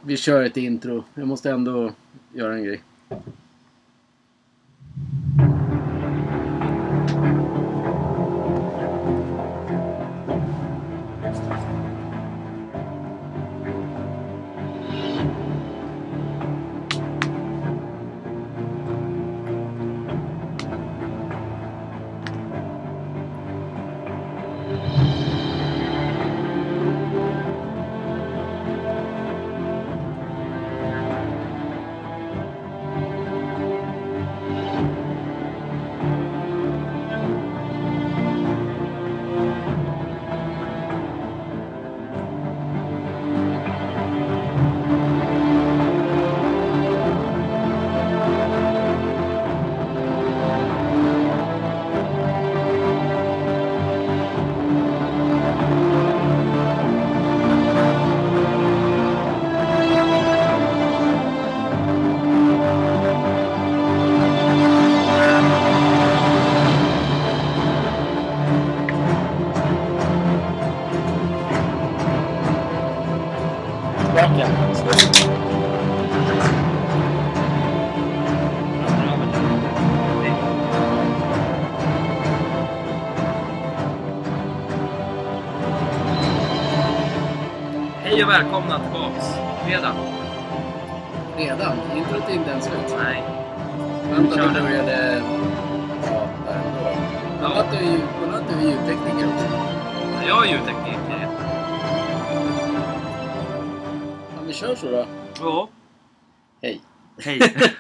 Vi kör ett intro. Jag måste ändå göra en grej. Hej och välkomna tillbaks. Redan? Introt är inte ens slut. Nej. Vänta, vi började prata ändå. Kolla att du är ljudtekniker också. Jag är ljudtekniker. Ja, vi kör så då. Ja. Hej. Hej.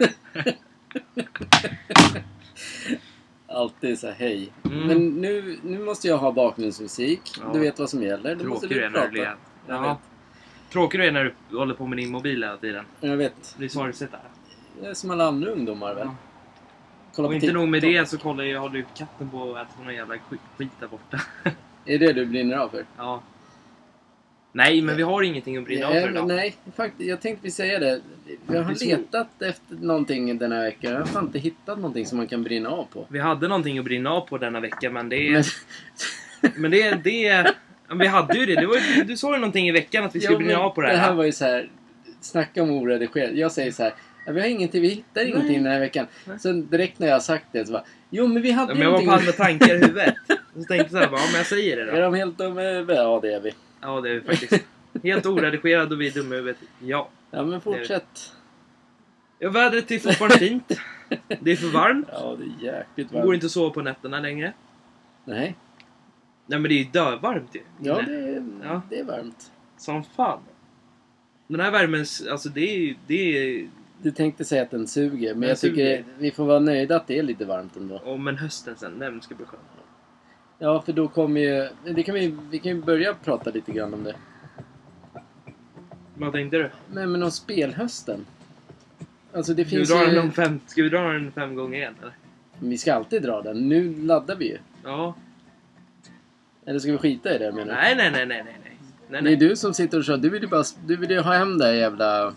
Alltid så här, hej. Men nu måste jag ha bakgrundsmusik. Ja. Du vet vad som gäller. Då måste du prata. Ja. Tråkigt är när du håller på med din mobil hela tiden. Jag vet. Det är sorgligt där. Det är som alla andra ungdomar väl. Ja. Kolla och inte nog med det så håller du katten på att äta någon jävla skit där borta. Är det du brinner av för? Ja. Nej, men vi har ingenting att brinna av för idag. Nej, faktiskt, jag tänkte vi säga det. Jag har letat efter någonting den här veckan. Jag har fan inte hittat någonting som man kan brinna av på. Vi hade någonting att brinna av på denna vecka, men det är... Men det vi hade ju det. Du sa ju någonting i veckan att vi skulle brinna av på det här. Det här var ju så här, snacka om oredigerat. Jag säger så här, vi har ingenting, vi hittar ingenting den här veckan. Sen direkt när jag har sagt det så bara, jo men vi hade men jag någonting. Jag var med tankar i huvudet. Så tänkte jag så här, men jag säger det då. Är de helt dumma i huvudet? Ja, det är vi. Ja, det är vi faktiskt. Helt oredigerad och vi är dumma i huvudet. Ja. Ja, men fortsätt. Ja, vädret är fortfarande fint. Det är för varmt. Ja, det är jäkligt varmt. varmt. Går inte att sova på nätterna längre. Nej. Nej, men det är ju dövarmt ju. Ja, det är varmt. Som fan. Den här värmen, alltså det är... Du tänkte säga att den suger, men jag tycker vi får vara nöjda att det är lite varmt ändå. Ja, men hösten sen, den ska bli skön. Ja, för då kommer ju... Vi kan ju börja prata lite grann om det. Vad tänkte du? Men om spelhösten. Alltså det finns ju... Ska vi dra den 5 gånger igen, eller? Vi ska alltid dra den. Nu laddar vi ju. Ja. Eller ska vi skita i det, menar du? Nej. Det är du som sitter och kör. Du vill ju ha hem det jävla...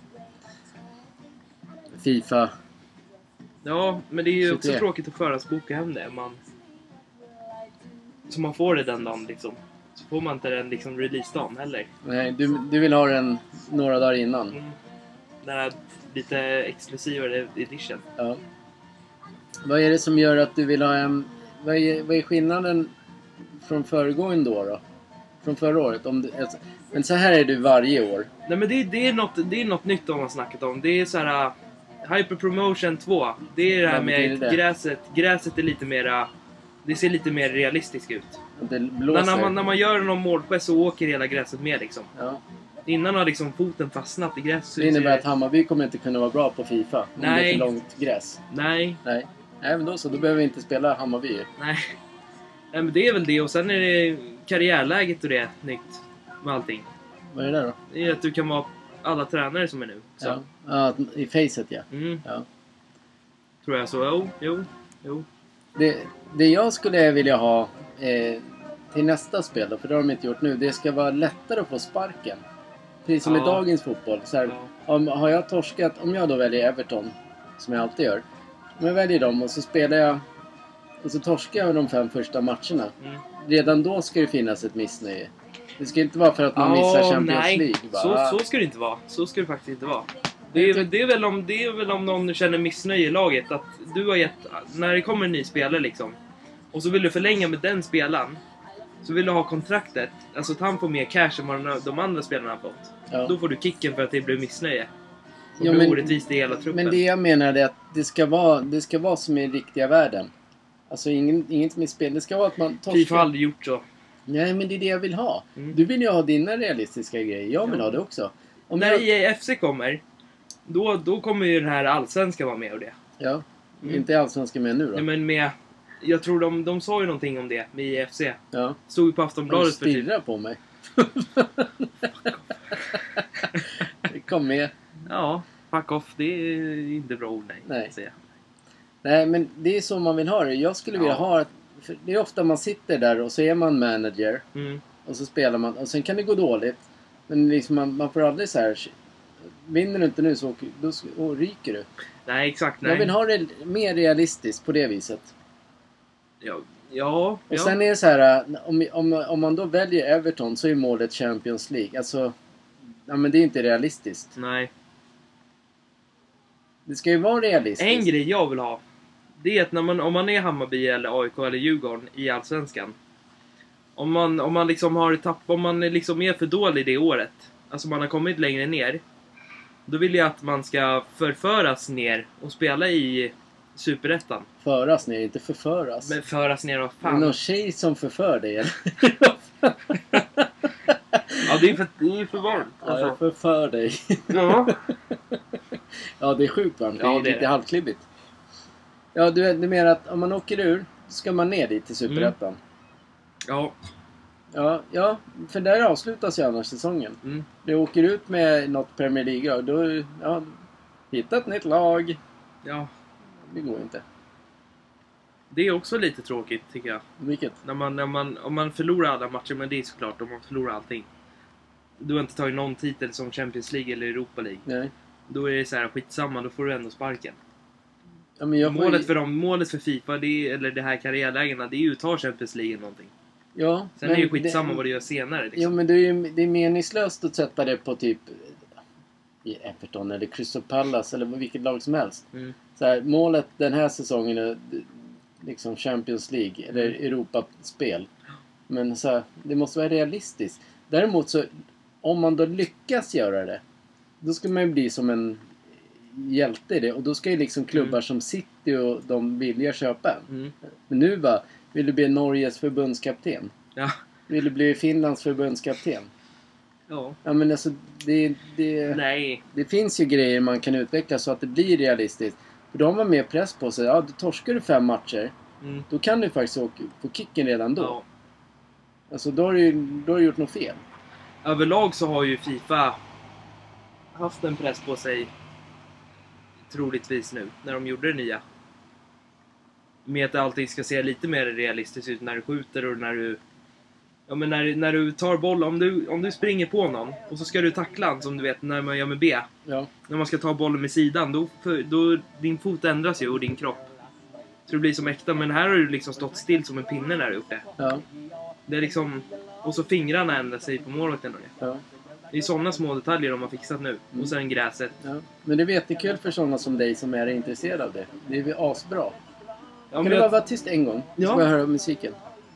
FIFA. Ja, men det är ju 23. också tråkigt att förhandsboka hem det. Så man får det den dagen liksom. Så får man inte den liksom release-dagen heller. Nej, du vill ha den några dagar innan. Den här lite exklusivare edition. Ja. Vad är det som gör att du vill ha en... Vad är skillnaden från föregående år då? Från förra året? Men så här är du varje år. Nej, men det är något nytt de har snackat om. Det är så här... Hyper Promotion 2. Det är det här med gräset är lite mera... Det ser lite mer realistiskt ut. Det blåser. När man gör någon målgest så åker hela gräset med liksom. Ja. Innan har liksom foten fastnat i gräset. Det innebär att Hammarby kommer inte kunna vara bra på FIFA. Om det är för långt gräs. Nej, men då behöver vi inte spela Hammarby. Nej, men det är väl det. Och sen är det karriärläget och det nytt med allting. Vad är det då? Det är att du kan vara alla tränare som är nu. Så. Ja, i facet ja. Ja. Tror jag så. Jo. Det jag skulle vilja ha till nästa spel då, för det har de inte gjort nu. Det ska vara lättare att få sparken. Precis som i dagens fotboll. Så här, har jag torskat, om jag då väljer Everton, som jag alltid gör. Om jag väljer dem och så spelar jag och så torskar jag de 5 första matcherna. Redan då ska det finnas ett missnöje. Det ska inte vara för att man missar Champions League. Så ska det inte vara. Så ska det faktiskt inte vara. Det är väl om någon känner missnöje i laget. Att du har gett... När det kommer en ny spelare liksom. Och så vill du förlänga med den spelaren. Så vill du ha kontraktet. Alltså att han får mer cash än vad de andra spelarna har fått. Ja. Då får du kicken för att det blir missnöje. Och det blir orättvist i hela truppen. Men det jag menar är att det ska vara som i riktiga världen. Alltså inget med spel. Det ska vara att man torskar. FIFA har aldrig gjort så. Nej, men det är det jag vill ha. Du vill ju ha dina realistiska grejer. Jag vill ha det också. När EAFC kommer, då kommer ju den här allsvenska vara med och det. Ja, inte allsvenska med nu då. Nej, men med... Jag tror de sa ju någonting om det med EAFC. Ja. Stod ju på Aftonbladet. De stirrar på mig. Det kom med. Ja, fuck off. Det är inte bra ord, nej. Nej, men det är så man vill ha det. Jag skulle vilja ha... För det är ofta man sitter där och så är man manager. Och så spelar man. Och sen kan det gå dåligt. Men liksom man får aldrig så här... Vinner du inte nu så då ryker du. Nej, exakt. Nej. Jag vill ha det mer realistiskt på det viset. Ja. Och sen är det så här... Om man då väljer Everton så är målet Champions League. Alltså... Ja, men det är inte realistiskt. Nej. Det ska ju vara realistiskt. En grej jag vill ha. Det är att om man är Hammarby eller AIK eller Djurgården i Allsvenskan. Om man liksom har tappat, om man liksom är för dålig det året. Alltså man har kommit längre ner. Då vill jag att man ska förföras ner och spela i Superettan. Föras ner, inte förföras. Men föras ner, vad fan. Det är någon tjej som förför dig, eller? Ja, det är för varmt. Alltså. Ja, jag förför dig. Ja. Ja, det är sjukt varmt. Ja, det är lite halvklibbigt. Ja, du menar att om man åker ur ska man ner dit till Superettan. Ja. Ja, för där avslutas ju annars säsongen. Du åker ut med något Premier League, då hitta ett nytt lag. Ja. Det går inte. Det är också lite tråkigt, tycker jag. Vilket? Om man förlorar alla matcher, men det är såklart om man förlorar allting. Du har inte tagit någon titel som Champions League eller Europa League. Nej. Då är det så här skitsamma, då får du ändå sparken. Ja, men målet för FIFA, eller det här karriärlägena, det är ju att ta Champions League eller någonting. Ja, sen är det ju skitsamma vad du gör senare. Liksom. Ja, men det är meningslöst att sätta det på typ i Everton eller Crystal Palace eller vilket lag som helst. Så här, målet den här säsongen är liksom Champions League eller Europaspel. Men så här, det måste vara realistiskt. Däremot så om man då lyckas göra det, då ska man ju bli som en hjälte i det. Och då ska ju liksom klubbar som City och de vilja köpa en. Men nu vill du bli Norges förbundskapten? Ja. Vill du bli Finlands förbundskapten? Ja. Ja, men alltså Nej. Det finns ju grejer man kan utveckla så att det blir realistiskt. För då har man mer press på sig. Ja, då torskar du 5 matcher. Då kan du faktiskt åka på kicken redan då. Ja. Alltså då har du gjort något fel. Överlag så har ju FIFA haft en press på sig troligtvis nu, när de gjorde det nya. Med att det alltid ska se lite mer realistiskt ut när du skjuter och när du... Ja, men när du tar boll, om du springer på någon och så ska du tackla, som du vet när man gör med B. Ja. När man ska ta bollen med sidan, då din fot ändras ju och din kropp. Så det blir som äkta, men här har du liksom stått still som en pinne när du gjort det. Ja. Det är liksom... Och så fingrarna ändrar sig på målvakten och det. Ja. Det är sådana små detaljer de har fixat nu. Och sen gräset. Ja. Men det är jättekul för sådana som dig som är intresserade av det. Det är väl asbra. Ja, kan du bara vara tyst en gång? Ja. Så jag höra musiken.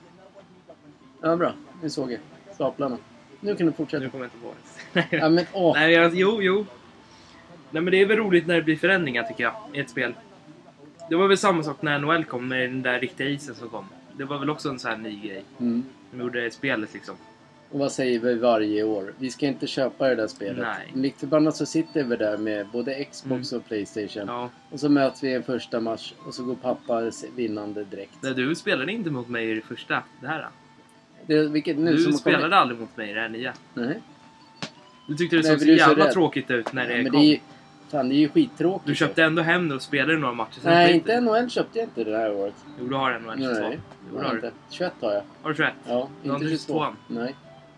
Ja, bra. Nu såg jag staplarna. Nu kan du fortsätta. Nu kommer jag inte på det. Ja, men Nej, jo. Nej, men det är väl roligt när det blir förändringar, tycker jag, i ett spel. Det var väl samma sak när NHL kom med den där riktiga isen som kom. Det var väl också en sån här ny grej. De gjorde spelet liksom. Och vad säger vi varje år? Vi ska inte köpa det där spelet. Nej. Likt förbannat så sitter vi där med både Xbox och Playstation. Ja. Och så möts vi i en första match. Och så går pappa vinnande direkt. Nej, du spelade inte mot mig i det första. Det här. Vilket nu du som spelade aldrig mot mig i det här nya. Nej. Du tyckte det såg så jävla tråkigt ut när det men kom. Det är ju skittråkigt. Du köpte ändå hem det och spelade några matcher. Nej, inte NHL köpte jag inte det här året. Jo, du har NHL 22. Nej, jag har inte. 21 har jag. Har du 21? Ja, inte 22. 22. Nej.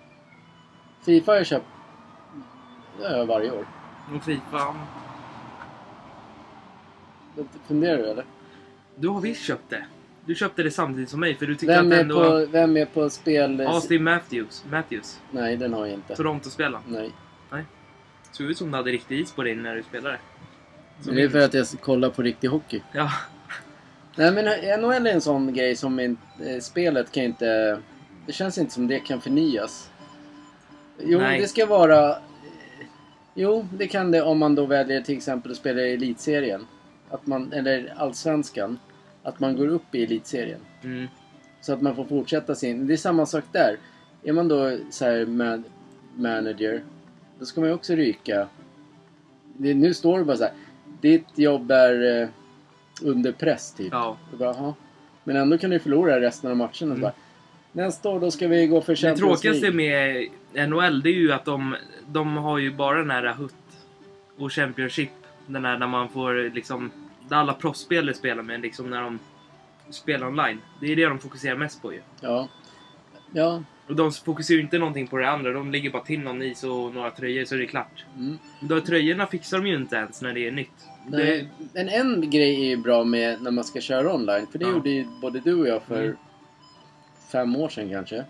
FIFA har jag köpt. Det har jag varje år. Och FIFA... Funderar du eller? Du har visst köpt det. Du köpte det samtidigt som mig för du tyckte att ändå... Vem är på spel... Austin Matthews. Nej, den har jag inte. Toronto-spelaren. Nej. Såg ut som du hade riktig is på dig när du spelade. Men det är för att jag kollar på riktig hockey. Ja. Nej, men NHL är en sån grej som spelet kan inte... Det känns inte som det kan förnyas. Jo, Nej. Det ska vara... Jo, det kan det om man då väljer till exempel att spela i elitserien. Eller allsvenskan. Att man går upp i elitserien. Mm. Så att man får fortsätta sin... Det är samma sak där. Är man då så här manager, då ska man ju också ryka. Nu står det bara så här: ditt jobb är under press typ. Ja. Bara, men ändå kan du förlora resten av matchen. Och så bara, nästa år då ska vi gå för Champions League. Det tråkigaste med NHL, det är ju att de har ju bara den här HUT och Championship. Den här när man får liksom... Där alla proffsspelare spelar med liksom när de spelar online. Det är det de fokuserar mest på ju. Ja. Och de fokuserar ju inte någonting på det andra. De ligger bara till någon is och några tröjor så är det klart. Då tröjorna fixar de ju inte ens när det är nytt. Nej, men en grej är ju bra med när man ska köra online. För det gjorde ju både du och jag för 5 år sedan kanske.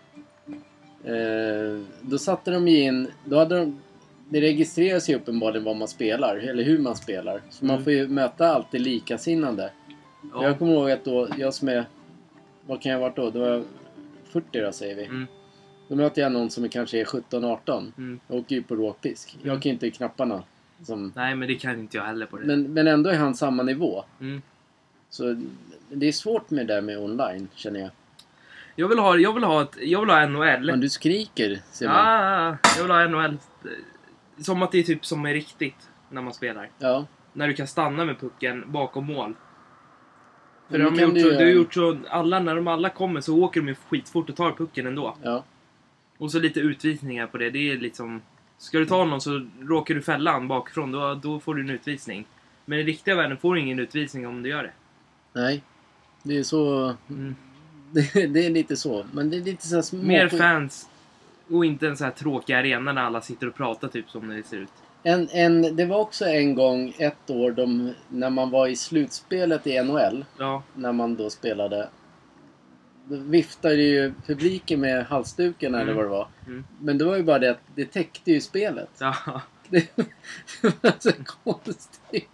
Då satte de ju in... Då hade de... Det registreras ju uppenbarligen vad man spelar. Eller hur man spelar. Så man får ju möta alltid likasinnande. Ja. Jag kommer ihåg att då... Jag som är... Vad kan jag ha varit då? Det var 40 då säger vi. Då möter jag någon som kanske är 17-18. Och åker ju på råkpisk. Jag kan ju inte knapparna. Nej, men det kan inte jag heller på det. Men ändå är han samma nivå. Så det är svårt med det där med online, känner jag. Jag vill ha NHL. Men du skriker, ser man. Jag vill ha NHL. Som att det är typ som är riktigt när man spelar. Ja. När du kan stanna med pucken bakom mål. För Men de har gjort så alla, när de alla kommer så åker de ju skitfort och tar pucken ändå. Ja. Och så lite utvisningar på det. Det är liksom... Ska du ta någon så råkar du fälla han bakifrån. Då får du en utvisning. Men i riktiga världen får du ingen utvisning om du gör det. Nej. Det är så... Det är lite så. Men det är lite så här små... Mer fans. Och inte en så här tråkig arena när alla sitter och pratar typ som det ser ut. Det var också en gång, ett år, när man var i slutspelet i NHL. Ja. När man då spelade. Då viftade ju publiken med halsduken eller vad det var. Men det var ju bara det att det täckte ju spelet. Ja. Det var så konstigt.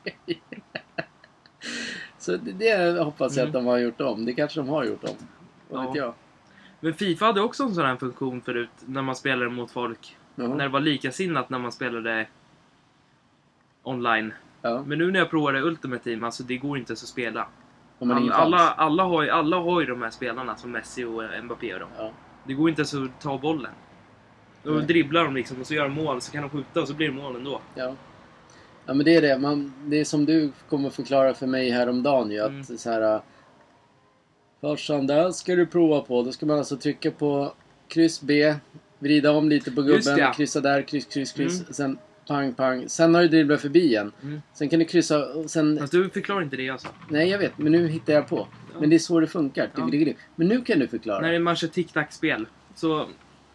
Så det hoppas jag att de har gjort om. Det kanske de har gjort om. Vad vet jag. Men FIFA hade också en sån här funktion förut när man spelade mot folk. När det var likasinnat när man spelade online. Ja. Men nu när jag provade Ultimate Team, alltså det går inte ens att spela. Alla har ju de här spelarna som Messi och Mbappé och dem. Ja. Det går inte ens att ta bollen. Då dribblar de liksom och så gör de mål, så kan de skjuta och så blir det mål ändå. Ja, men det är det. Det är som du kommer förklara för mig häromdagen ju, att så här... Farsan, där ska du prova på. Då ska man alltså trycka på kryss B, vrida om lite på gubben, kryssa där, kryss. Sen pang, pang. Sen har du dribblat förbi igen. Sen kan du kryssa och sen... Fast du förklarar inte det alltså. Nej, jag vet. Men nu hittar jag på. Ja. Men det är så det funkar. Ja. Men nu kan du förklara. När man kör tic-tac-spel så...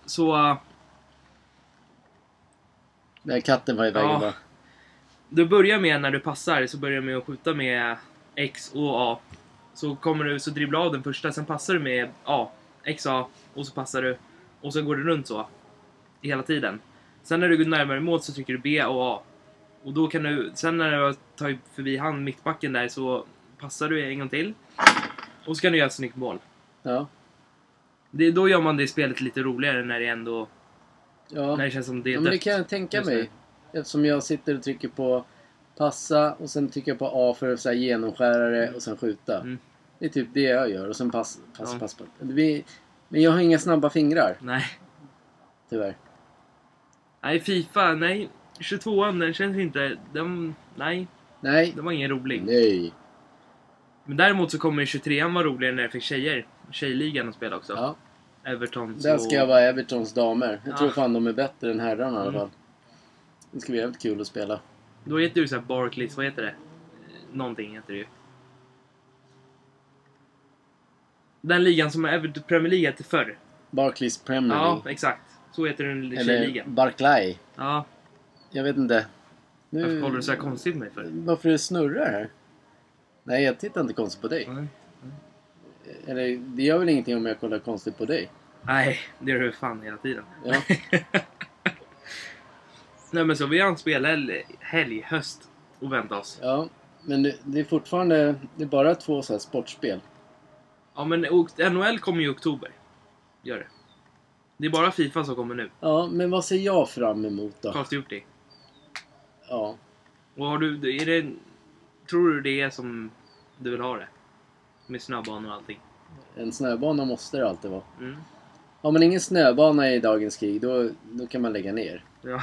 Där katten var i vägen bara. Du börjar med, när du passar, så börjar du med att skjuta med X och A. Så kommer du, så dribblar av den första, sen passar du med A, X, A, och så passar du. Och så går du runt så. Hela tiden. Sen när du går närmare mål så trycker du B och A. Och då kan du, sen när du tar förbi hand mittbacken där så passar du en gång till. Och så kan du göra ett snyggt mål. Ja. Då gör man det spelet lite roligare när det ändå... Ja. När det känns som det är men det kan jag tänka mig. Eftersom jag sitter och trycker på passa och sen trycker jag på A för att så här genomskära det och sen skjuta. Det är typ det jag gör. Och sen pass. Men jag har inga snabba fingrar. Nej. Tyvärr. Nej, FIFA, nej. 22an, den känns inte... Nej. Den var ingen rolig. Nej. Men däremot så kommer 23an vara roligare när jag fick tjejligan att spela också. Ja. Evertons där ska jag vara Evertons damer. Jag tror fan de är bättre än herrarna i alla fall. Det ska bli jävligt kul att spela. Då heter du så här Barclays, vad heter det? Någonting heter det ju. Den ligan som Premier League hette förr. Barclays Premier League. Ja, exakt. Så heter den tjejligan. Eller Barclay. Ja. Jag vet inte. Varför kollar du så här konstigt på mig för? Varför det snurrar här? Nej, jag tittar inte konstigt på dig. Eller det gör väl ingenting om jag kollar konstigt på dig? Nej, det gör du fan hela tiden. Ja. Nej, men så vi har en spelhelg, höst och vänta oss. Ja, men det är fortfarande... Det är bara 2 så här sportspel. Ja, men NHL kommer ju i oktober. Gör det. Det är bara FIFA som kommer nu. Ja, men vad ser jag fram emot då? Call of Duty. Ja. Och har du... Tror du det är som du vill ha det? Med snöbanor och allting. En snöbana måste det alltid vara. Mm. Har man ingen snöbana i dagens krig, då kan man lägga ner. Ja.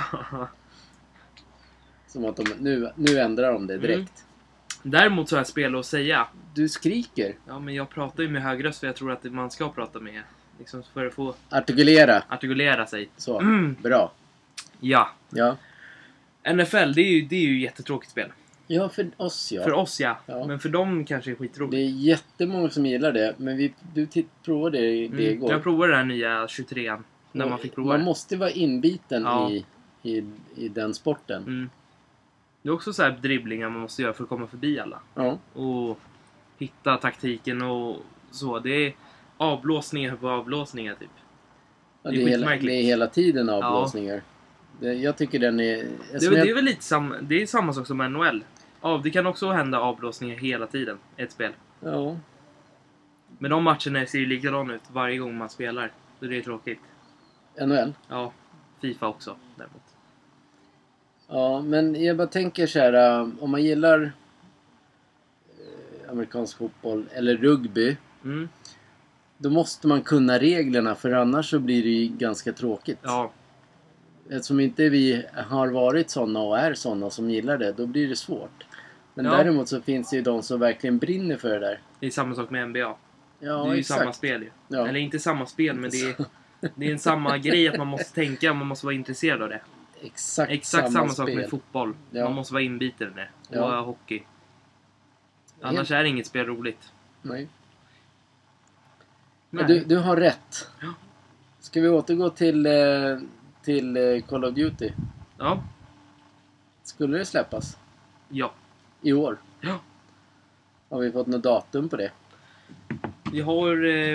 Som att nu ändrar de det direkt. Däremot så har jag spel att säga. Du skriker. Ja, men jag pratar ju med hög röst för jag tror att man ska prata med. Liksom för att få Artikulera sig. Så, bra. Ja. Ja. NFL, det är ju jättetråkigt spel. Ja, för oss ja. För oss ja. Ja. Men för dem kanske det är skitroligt. Det är jättemånga som gillar det. Men du provade det igår. Jag provade den nya 23an. När man fick prova Man det. måste vara inbiten Ja. i den sporten. Mm. Det är också så här dribblingar man måste göra för att komma förbi alla. Ja. Och hitta taktiken och så. Det är avblåsningar på avblåsningar typ. Ja, Det är det skitmärkligt. är hela tiden avblåsningar. Jag tycker den är... Det är väl lite det är samma sak som NHL. Det kan också hända avblåsningar hela tiden i ett spel. Ja. Men de matcherna ser ju likadana ut varje gång man spelar. Så det är tråkigt. NHL? Ja, FIFA också däremot. Ja, men jag bara tänker så här, om man gillar amerikansk fotboll eller rugby, då måste man kunna reglerna, för annars så blir det ju ganska tråkigt. Ja. Eftersom inte vi har varit sådana och är sådana som gillar det, då blir det svårt. Men Ja. däremot så finns det ju de som verkligen brinner för det där. Det är samma sak med NBA. Ja, Det är ju exakt. samma spel ju. Ja. Eller inte samma spel, men det är en samma grej att man måste tänka, man måste vara intresserad av det. Exakt samma sak spel. med fotboll. Ja. Man måste vara inbiten i det. Och Ja. hockey. Annars är inget spel roligt. Nej. Nej. Du har rätt. Ja. Ska vi återgå till Call of Duty? Ja. Skulle det släppas Ja. i år? Ja. Har vi fått något datum på det? Vi har...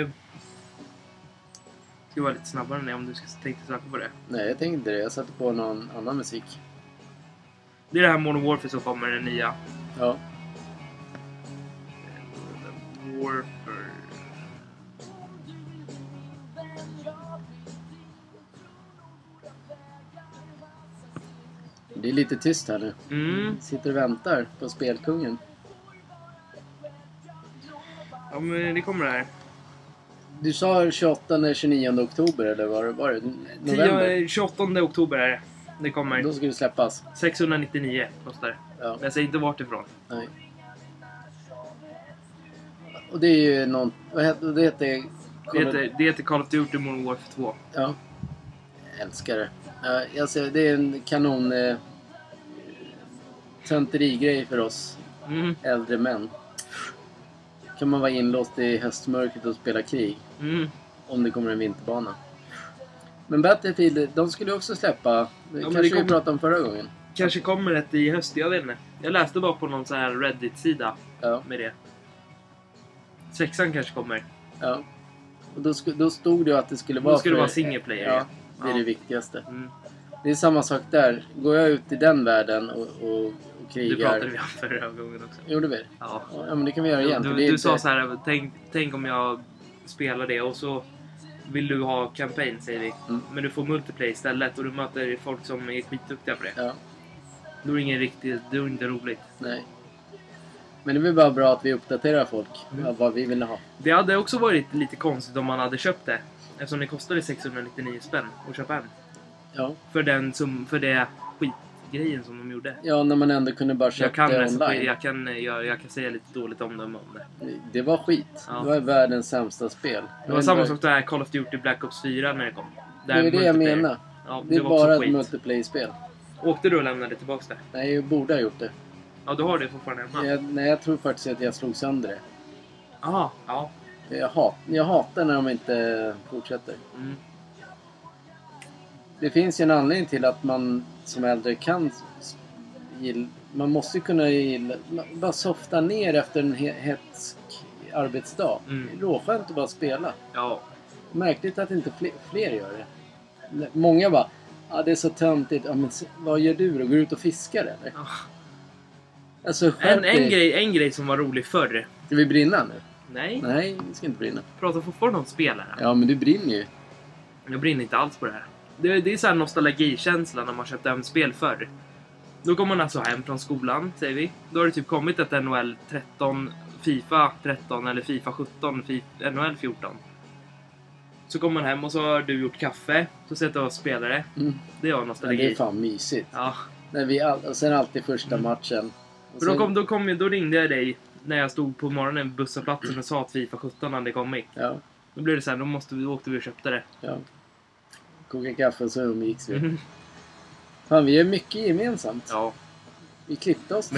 Ska vara lite snabbare än om du tänkte söka på det. Nej, jag tänkte inte det. Jag satte på någon annan musik. Det är det här Modern Warfare som kommer, den nya. Ja. Warfare. Det är lite tyst här nu. Sitter och väntar på spelkungen. Ja, men det kommer det här. Du sa 28 eller 29 oktober eller var det? November? 28 oktober är det. Det kommer. Då ska det släppas. 699 kostar det. Ja. Men jag säger inte vart ifrån. Nej. Och det är ju någon... Vad heter det? Det heter Call of Duty Modern Warfare 2. Ja. Jag älskar det. Jag ser, det är en kanon... tönterigrej för oss äldre män. Kan man vara inlåst i höstmörkret och spela krig. Om det kommer en vinterbana. Men Battlefield, de skulle också släppa... kanske vi pratade om förra gången. Kanske kommer det i höst, jag vet inte. Jag läste bara på någon sån här Reddit-sida med det. 6an kanske kommer. Ja. Och då stod det ju att det skulle vara... Då skulle det vara single player. Ja, det är det viktigaste. Mm. Det är samma sak där. Går jag ut i den världen och krigar... Det pratade vi om förra gången också. Gjorde vi? Ja. Ja, men det kan vi göra igen. Du sa så här, tänk om jag spelar det och så vill du ha campaign, säger vi. Men du får multiplayer istället och du möter folk som är skitduktiga på det. Ja. Då är det ingen riktigt, det är inte roligt. Nej. Men det är väl bara bra att vi uppdaterar folk vad vi vill ha. Det hade också varit lite konstigt om man hade köpt det. Eftersom det kostade 699 spänn att köpa en. Ja. För det skitgrejen som de gjorde. Ja, när man ändå kunde bara köpa det online. Jag kan säga lite dåligt om dem om det. Det var skit. Ja. Det var världens sämsta spel. Det var samma sak där Call of Duty Black Ops 4 när det kom. Det är det jag menar. Ja, det är var bara också ett multiplayer-spel. Åkte du och lämnade tillbaka det? Nej, jag borde ha gjort det. Ja, du har det fortfarande hemma. Jag tror faktiskt att jag slog sönder det. Aha, ja. Jag hatar när de inte fortsätter. Mm. Det finns ju en anledning till att man som äldre kan gilla... Man måste kunna gilla... Bara softa ner efter en hetsk arbetsdag. Det är råskönt att bara spela. Ja. Märkligt att inte fler gör det. Många bara, det är så töntigt. Ja, men vad gör du då? Går ut och fiskar eller? Ja. Alltså, en grej som var rolig förr. Ska vi brinna nu? Nej, vi ska inte brinna. Prata fortfarande om spel här. Ja, men du brinner ju. Jag brinner inte alls på det här. Det är så här nostalgikänsla när man köpte hem spel förr. Då kommer man alltså hem från skolan, säger vi. Då har det typ kommit ett NHL 13, FIFA 13 eller FIFA 17, NHL 14. Så kommer man hem och så har du gjort kaffe. Så sätter jag och spelar det. Det var nostalgi. Ja, det är fan mysigt. Ja. När och sen alltid första matchen. Sen... Då ringde jag dig när jag stod på morgonen på busshållplatsen och sa att FIFA 17 hade kommit. Ja. Då blev det så här, då åkte vi och köpte det. Ja. Koka kaffe och så umgicks vi. Fan, vi är mycket gemensamt. Ja. Vi klippte oss. Men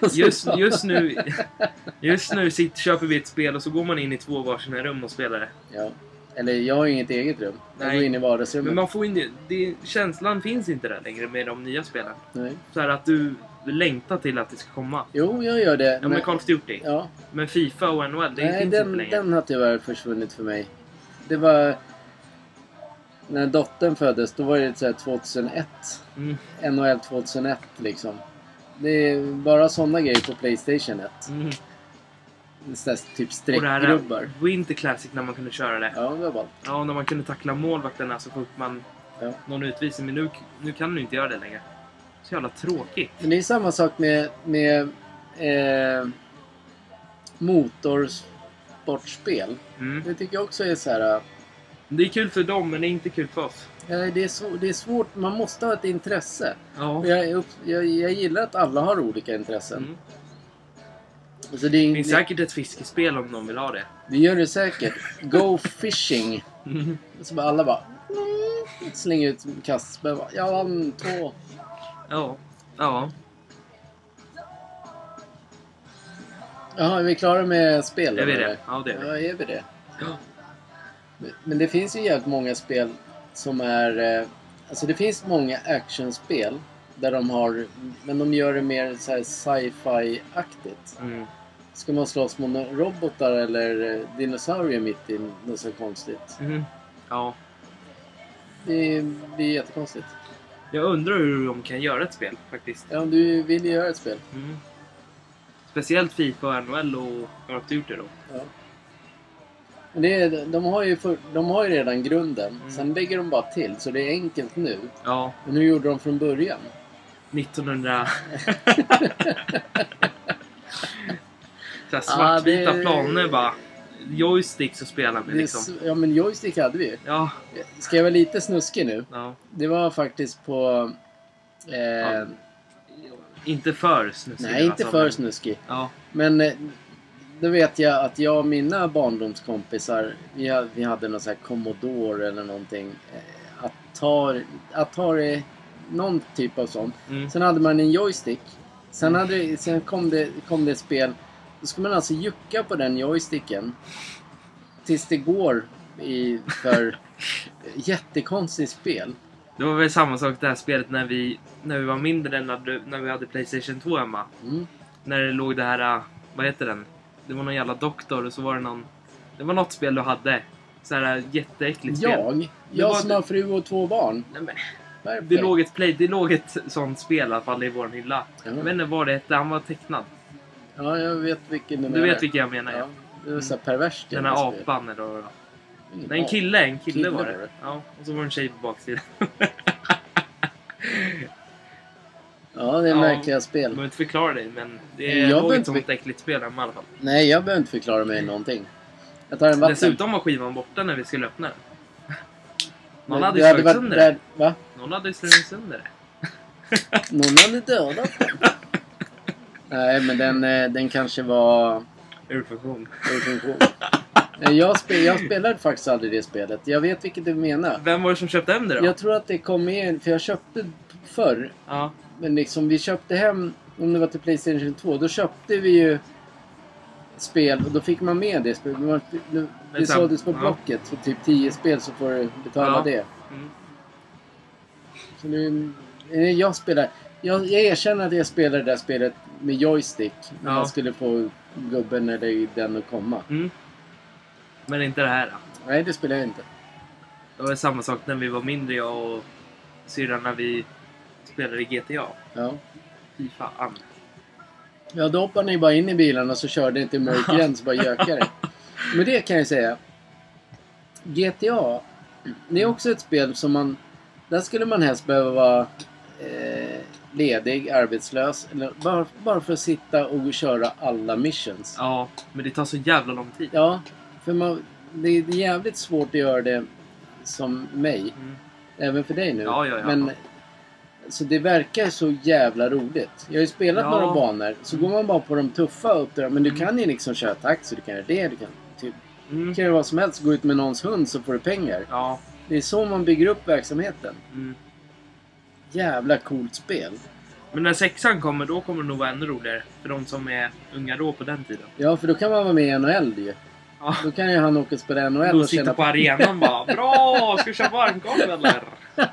just nu köper vi ett spel och så går man in i 2 varsina rum och spelar det. Ja. Eller jag har inget eget rum. Jag går in i vardagsrummet. Men man får inte... känslan finns inte där längre med de nya spelen. Nej. Så här att du längtar till att det ska komma. Jo, jag gör det. Ja, men Call of Duty. Ja. Men FIFA och NHL, det finns inte längre. Den har tyvärr försvunnit för mig. Det var... När dottern föddes, då var det så här 2001. NHL 2001 liksom. Det är bara sådana grejer på PlayStation 1. Typ streckgrubbar. Winter Classic när man kunde köra det. Ja, det var ballt. Ja, när man kunde tackla målvakterna så fick man någon utvisning. Men nu kan du inte göra det längre. Så jävla tråkigt. Men det är samma sak med motorsportspel. Det tycker jag också är så här. Det är kul för dem, men det är inte kul för oss. Ja, det är svårt. Man måste ha ett intresse. Ja. Jag gillar att alla har olika intressen. Alltså det finns säkert ett fiskespel om någon vill ha det. Det gör det säkert. Go fishing. Så bara alla bara slänger ut kastspel. Jag vann 2. Ja. Jaha, är vi klara med spel? Är vi det? Ja, det är vi. Ja, är vi det? Ja. Men det finns ju jävligt många spel som är... Alltså det finns många actionspel där de har... Men de gör det mer så här sci-fi-aktigt. Ska man slåss mot robotar eller dinosaurier mitt i något så konstigt? Ja. Det blir jättekonstigt. Jag undrar hur de kan göra ett spel faktiskt. Ja, om du vill göra ett spel. Speciellt FIFA, NHL och Call of Duty då. Ja. Men de har ju redan grunden. Sen lägger de bara till. Så det är enkelt nu. Ja. Men hur gjorde de från början? 1900... svartvita planer bara. Joysticks att spela med liksom. Ja, men joystick hade vi ju. Ja. Ska jag vara lite snuskig nu? Ja. Det var faktiskt på... Inte för snuskig. Nej, inte för snuskig. Ja. Men då vet jag att jag och mina barndomskompisar, vi hade någon sån här Commodore eller någonting. Atari, någon typ av sånt. Sen hade man en joystick. Sen kom det ett spel. Då ska man alltså jucka på den joysticken tills det går för jättekonstigt spel. Det var väl samma sak det här spelet när vi var mindre än när vi hade PlayStation 2 hemma. När det låg det här, vad heter den? Det var någon jävla doktor och så var det var något spel du hade. Så här jätteäckligt spel. Jag som har fru och 2 barn. Nej, men det låg ett sånt spel i alla fall i vår hylla. Jag vet inte vad det hette, han var tecknad. Ja, jag vet vilken du menar. Du vet vilken jag menar, ja. Det var så perverst. Den här apan eller... Nej, en kille var det. Ja, och så var det en tjej på baksidan. Ja, det är märkliga spel. Jag behöver inte förklara dig, men det är något sånt äckligt spel hemma i alla fall. Nej, jag behöver inte förklara mig någonting. Jag tar en vatten. Dessutom var skivan borta när vi skulle öppna den. Någon hade ju slagit sönder det. Va? Någon hade ju slagit sönder det. Någon hade dödat den. Nej, men den kanske var... Ur funktion. Jag spelade faktiskt aldrig det spelet. Jag vet vilket du menar. Vem var det som köpte hem det då? Jag tror att det kom med, för jag köpte förr. Ja. Men liksom vi köpte hem, om det var till PlayStation 2, då köpte vi ju spel och då fick man med det spelet. Det såldes på Blocket för typ 10 spel så får du betala det. Så nu, jag erkänner att jag spelade det där spelet med joystick. När man skulle få gubben eller den att komma. Mm. Men inte det här då. Nej, det spelar jag inte. Det var samma sak när vi var mindre, jag och syrran, när vi spelade GTA. Ja. Fy fan. Ja, då hoppade ni bara in i bilen och så körde inte mörk gräns, bara gökade. Men det kan jag säga. GTA, det är också ett spel som man... Där skulle man helst behöva vara ledig, arbetslös. Eller bara för att sitta och köra alla missions. Ja, men det tar så jävla lång tid. Ja, för det är jävligt svårt att göra det som mig. Mm. Även för dig nu. Ja. Men så det verkar så jävla roligt. Jag har ju spelat några banor. Så går man bara på de tuffa uppdrag. Men du kan ju liksom köra taxi, du kan göra det. Du kan typ kan göra vad som helst. Gå ut med någons hund så får du pengar. Ja. Det är så man bygger upp verksamheten. Mm. Jävla coolt spel. Men när 6:an kommer, då kommer det nog vara ännu roligare. För de som är unga då på den tiden. Ja, för då kan man vara med i NHL ju. Ja. Då kan ju han åka och spela NHL Då och sitter känna på arenan bara. Bra! Ska vi köra varmkorv eller?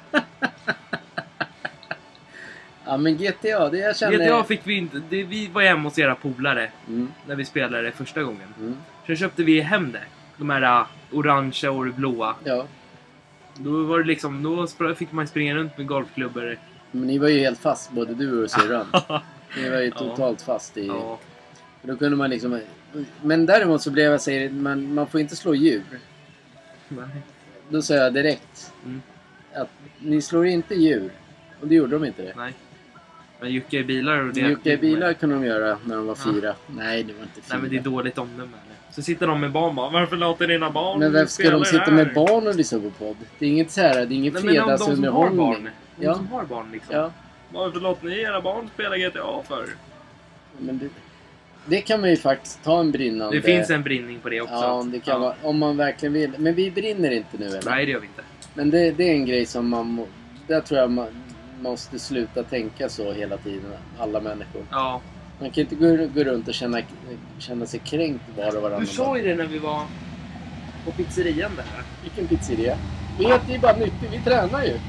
Ja, men GTA, det jag känner... GTA fick vi inte... vi var hemma hos era polare. Mm. När vi spelade det första gången. Mm. Sen köpte vi hem det. De här orangea och det blåa. Ja. Då var det liksom... Då fick man springa runt med golfklubbor. Men ni var ju helt fast, både du och syrran. Ni var ju totalt fast i... Ja. Då kunde man liksom... Men däremot så blev jag säger man får inte slå djur. Nej. Då sa jag direkt att ni slår inte djur. Och det gjorde de inte det. Nej. Men jucka i bilar och det... Jucka i bilar kunde de göra när de var 4. Nej, det var inte 4. Nej, men det är dåligt omdöme. Så sitter de med barn bara. Varför låter dina barn Men varför ska de spela sitta det här? med barn och lyssna på podd? Det är inget så här, det är ingen fredagsunderhållning. De som har barn liksom. Ja. Varför låter ni era barn spela GTA för? Men det kan man ju faktiskt ta en brinnande... Det finns en brinning på det också. Ja, det kan vara, om man verkligen vill. Men vi brinner inte nu, eller? Nej, det gör vi inte. Men det är en grej som man... Där tror jag man måste sluta tänka så hela tiden. Alla människor. Ja. Man kan inte gå runt och känna sig kränkt var och varannan. Du sa ju det när vi var på pizzerian där. Vilken pizzeria? Vi äter ju bara nyttigt, vi tränar ju.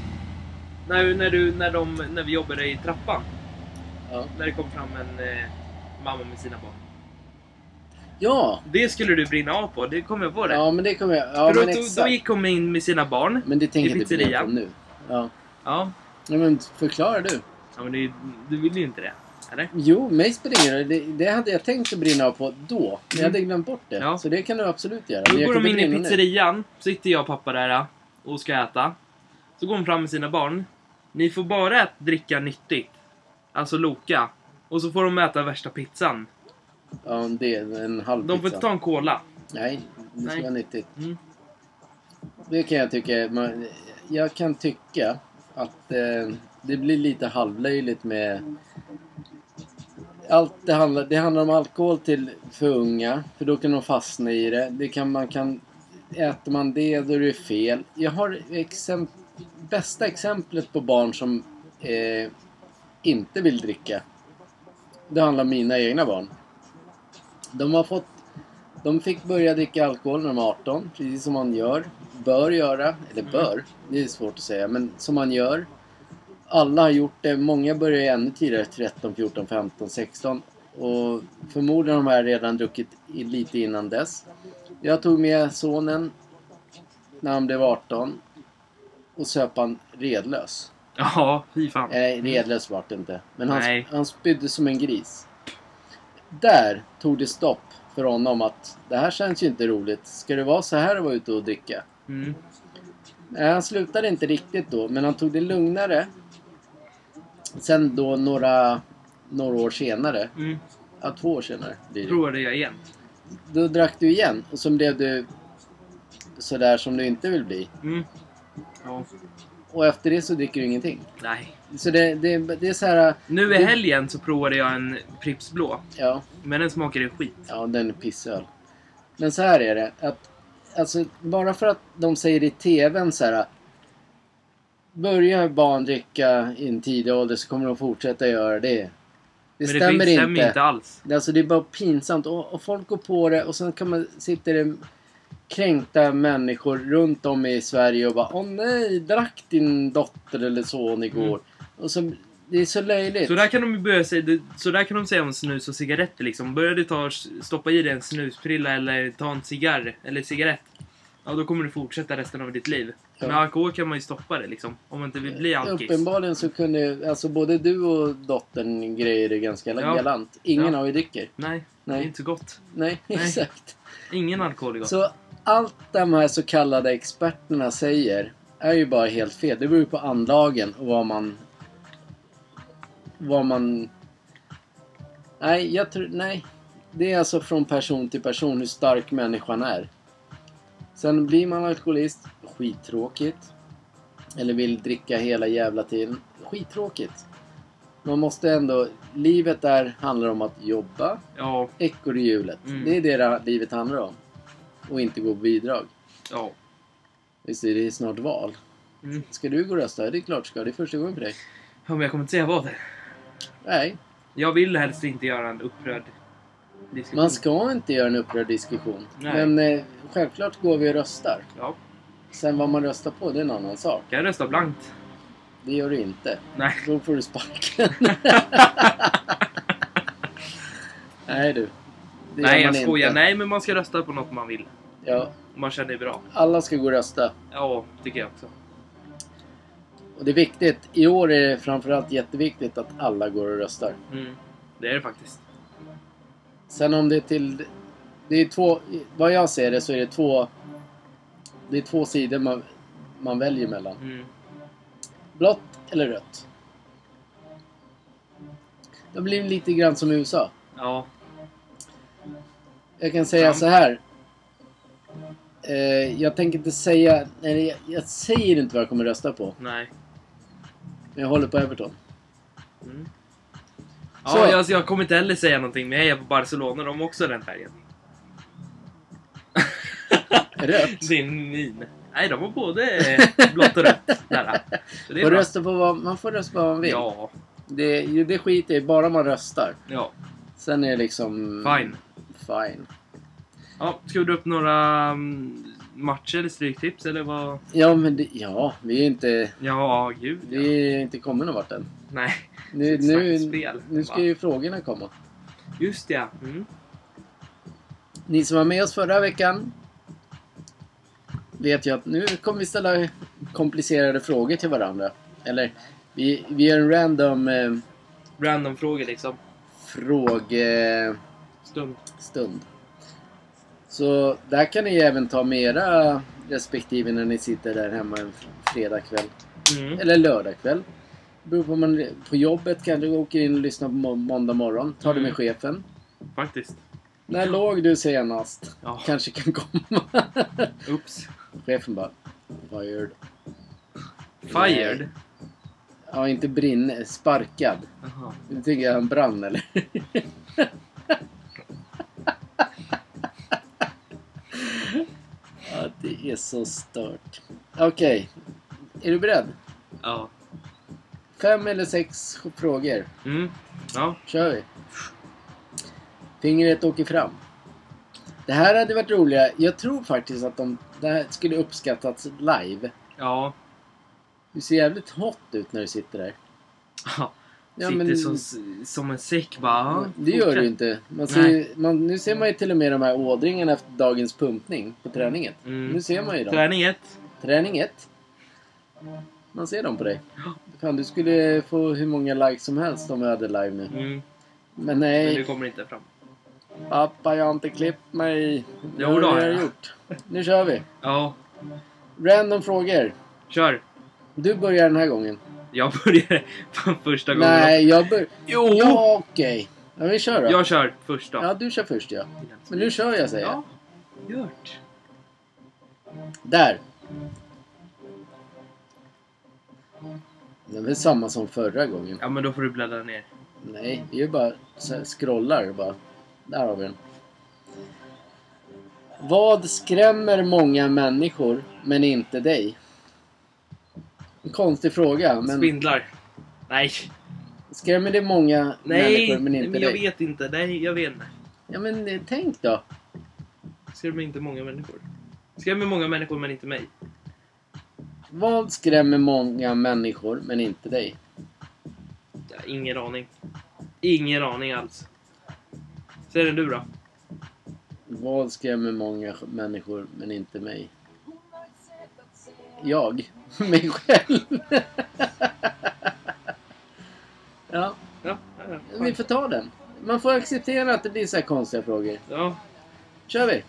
När vi jobbade i trappan. Ja. När det kom fram en mamma med sina barn. Ja. Det skulle du brinna av på, det kommer jag på det. Ja, men det kommer jag... Ja, för men då gick hon in med sina barn. Men det tänker i inte brinna på nu. Ja. Ja. Ja, men förklara du. Ja, men du vill ju inte det, eller? Jo, mig spelar det hade jag tänkt att brinna av på då. Men jag hade glömt bort det. Ja. Så det kan du absolut göra. Då Men jag går kan de in i brinna pizzerian. Sitter jag och pappa där och ska äta. Så går de fram med sina barn. Ni får bara dricka nyttigt. Alltså Loka. Och så får de äta värsta pizzan. Ja, det är en halv pizza. De får inte ta en cola. Nej, det ska vara nyttigt. Mm. Det kan jag tycka. Jag kan tycka att det blir lite halvlöjligt med... Det handlar om alkohol för unga. För då kan de fastna i det. Äter man det, då är det fel. Jag har bästa exemplet på barn som inte vill dricka. Det handlar om mina egna barn. De fick börja dricka alkohol när de var 18. Precis som man bör göra. Eller bör, det är svårt att säga. Men som man gör. Alla har gjort det. Många börjar ännu tidigare. 13, 14, 15, 16. Och förmodligen har de här redan druckit lite innan dess. Jag tog med sonen när han blev 18. Och söp han redlös. Ja, fy fan. Nej, redlös var det inte. Men Nej. han spydde som en gris. Där tog det stopp för honom att det här känns ju inte roligt. Ska det vara så här att vara ute och dricka? Mm. Nej, han slutade inte riktigt då. Men han tog det lugnare. Sen då några år senare. Mm. Ja, 2 år senare blir det. Provade jag igen. Då drack du igen. Och så blev du sådär som du inte vill bli. Mm. Ja. Och efter det så dricker du ingenting. Nej. Så det är så här. Nu i helgen så provade jag en Pripps blå. Ja. Men den smakade skit. Ja, den är pissöl. Men så här är det. Att, alltså, bara för att de säger i tvn så här. Börjar barn dricka i en tidig ålder så kommer de fortsätta göra det. Det Men stämmer det stämmer inte alls. Alltså det är bara pinsamt. Och folk går på det och sen kan man sitta det kränkta människor runt om i Sverige och bara åh nej, drack din dotter eller son igår. Och så Det är så löjligt. Så där kan de ju börja säga, så där kan de säga om snus och cigaretter liksom. Börjar du stoppa i dig en snusprilla eller ta en cigarr eller cigarett, ja då kommer du fortsätta resten av ditt liv. Ja. Med alkohol kan man ju stoppa det liksom, om man inte vill bli alkis. Uppenbarligen så kunde alltså både du och dottern grejer det ganska galant. Ingen av er dricker. Nej, det är inte så gott. Nej, exakt. Ingen alkohol är gott. Så allt de här så kallade experterna säger är ju bara helt fel. Det beror ju på anlagen och vad man... Nej, jag tror... Nej. Det är alltså från person till person hur stark människan är. Sen blir man alkoholist. Skittråkigt. Eller vill dricka hela jävla tiden. Skittråkigt. Man måste ändå... Livet där handlar om att jobba. Ja. Ekorrhjulet. Det är det livet handlar om. Och inte gå på bidrag. Ja. Visst är det snart val. Ska du gå och rösta? Det är klart ska. Det är första gången för dig. Ja, men jag kommer inte säga vad det. Nej. Jag vill helst inte göra en upprörd diskussion. Man ska inte göra en upprörd diskussion. Nej. Men självklart går vi och röstar. Ja. Sen vad man röstar på, det är en annan sak. Kan jag rösta blankt? Det gör du inte. Nej. Då får du sparken. Nej du. Det Nej, gör man jag skojar. inte. Nej, men man ska rösta på något man vill. Ja. Man känner det bra. Alla ska gå och rösta. Ja, tycker jag också. Och det är viktigt. I år är det framförallt jätteviktigt att alla går och röstar. Det är det faktiskt. Sen om det är till... Det är två... Vad jag ser det så är det två... Det är två sidor man väljer mellan. Blått eller rött. Det blir lite grann som i USA. Ja. Jag kan säga så här. Jag tänker inte säga... Nej, jag säger inte vad jag kommer rösta på. Nej. Men jag håller på Everton. Ja, jag kommer inte heller säga någonting. Men jag är på Barcelona de också den färgen. Rött? Din min. Nej, de var både blått och rött. Så det är rösta på man får rösta på vad man vill. Ja. Det skiter i bara man röstar. Ja. Sen är det liksom... Fine. Ja, ska vi dra upp några matcher eller stryktips eller vad? Ja, men vi är inte... Ja, gud. Vi är inte kommit någon vart än. Nej. Nu ska ju frågorna komma. Just det. Ni som var med oss förra veckan vet ju att nu kommer vi ställa komplicerade frågor till varandra. Eller vi gör en random frågor liksom. Stund. Så där kan ni även ta mera respektive när ni sitter där hemma en fredagkväll. Eller lördagkväll. Beror på om man på jobbet kanske åker in och lyssnar på måndag morgon. Tar det med chefen. Faktiskt. När låg du senast? Ja. Kanske kan komma. Oops. Chefen bara fired. Fired? Ja, inte sparkad. Aha. Du tycker han brann eller? Ja, det är så stört. Okej. Är du beredd? Ja. 5 eller 6 frågor. Ja. Kör vi. Fingret åker fram. Det här hade varit roligare. Jag tror faktiskt att det här skulle uppskattats live. Ja. Du ser jävligt hot ut när du sitter där. Ja. Ja, sitter men, som en säck bara. Det gör du inte. Nu ser man ju till och med de här ådringarna efter dagens pumpning på träningen. Nu ser man ju dem. Träning 1. Man ser dem på dig. Fan, du skulle få hur många likes som helst om vi hade live nu. Men nej. Men det kommer inte fram. Pappa, jag har inte klippt mig. Jo, då har jag gjort. Nu kör vi. Ja. Random frågor. Kör. Du börjar den här gången. Jag börjar på första gången. Nej, jag börjar... Jo! Ja, okej. Ja, vi kör då. Jag kör först då. Ja, du kör först, ja. Men nu kör jag, säger jag. Ja, gjort. Där. Det är väl samma som förra gången. Ja, men då får du bläddra ner. Nej, vi är bara så här, scrollar bara. Där har vi den. Vad skrämmer många människor men inte dig? En konstig fråga, men... Spindlar. Nej. Skrämmer det många människor men inte men dig? jag vet inte. Nej, jag vet inte. Ja, men tänk då. Skrämmer inte många människor. Skrämmer många människor men inte mig. Vad skrämmer många människor men inte dig? ingen aning. Ingen aning alls. Säger den du då? Vad skrämmer många människor men inte mig? Jag? Mig själv? Ja. Vi får ta den. Man får acceptera att det blir så här konstiga frågor. Ja. Kör vi!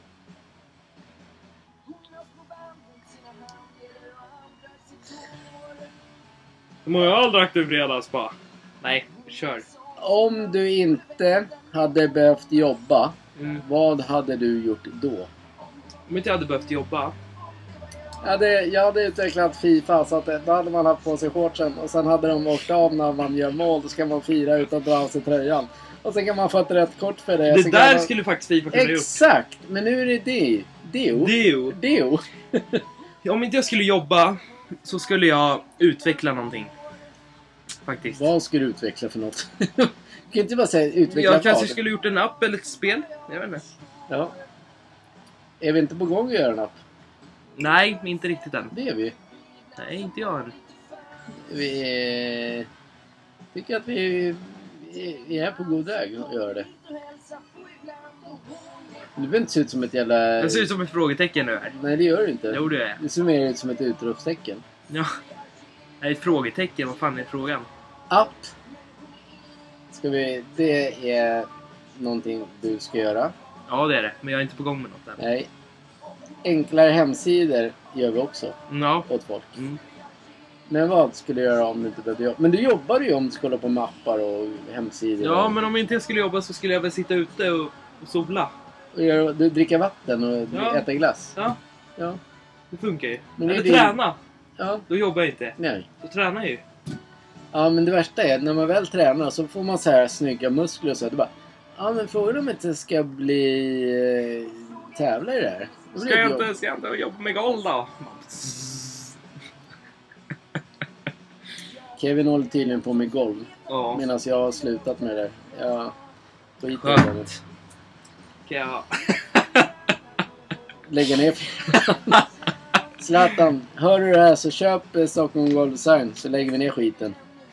Hur många öl drack du i fredags på? Nej, kör. Om du inte hade behövt jobba, vad hade du gjort då? Om inte jag hade behövt jobba. Jag hade utvecklat FIFA så att då hade man haft på sig shortsen och sen hade de åkt av när man gör mål. Då ska man fira utan att dra av sig tröjan. Och sen kan man få ett rätt kort för det. Det där skulle faktiskt FIFA kunna gjort. Exakt! Men nu är det Deo. Om inte jag skulle jobba så skulle jag utveckla någonting. Faktiskt. Vad ska du utveckla för något? Du kan inte bara säga utveckla Jag kanske skulle gjort en app eller ett spel. Jag vet inte. Ja. Är vi inte på gång att göra en app? Nej, inte riktigt än. Det är vi. Nej, inte jag än. Vi tycker att vi är på god väg att göra det. Du behöver inte se ut som ett jävla... Det ser ut som ett frågetecken nu här. Nej, det gör du inte. Jo, det är. Det ser mer ut som ett utropstecken. Ja. Det är ett frågetecken. Vad fan är frågan? App. Det är någonting du ska göra. Ja, det är det. Men jag är inte på gång med något än. Nej. Enklare hemsidor gör vi också. Ja. Åt folk. Mm. Men vad skulle du göra om du inte behövde jobba? Men du jobbar ju om du skulle hålla på mappar och hemsidor. Ja, men om inte jag skulle jobba så skulle jag väl sitta ute och sola. Och du dricka vatten och äta glass. Ja. Ja. Det funkar ju. Men Eller det är träna. Ja. Då jobbar jag inte. Nej. Då tränar jag ju. Ja, men det värsta är att när man väl tränar så får man så här snygga muskler och så. Du bara, ja men frågan om inte ska bli tävlare där. Ska jag inte jobba med golv då? Kevin håller tydligen på med golv. Ja. Medan jag har slutat med det. Jag skiter i Skönt. Kan jag... Lägga ner. Zlatan, hör du det här så köp Stockholm Golf Design så lägger vi ner skiten.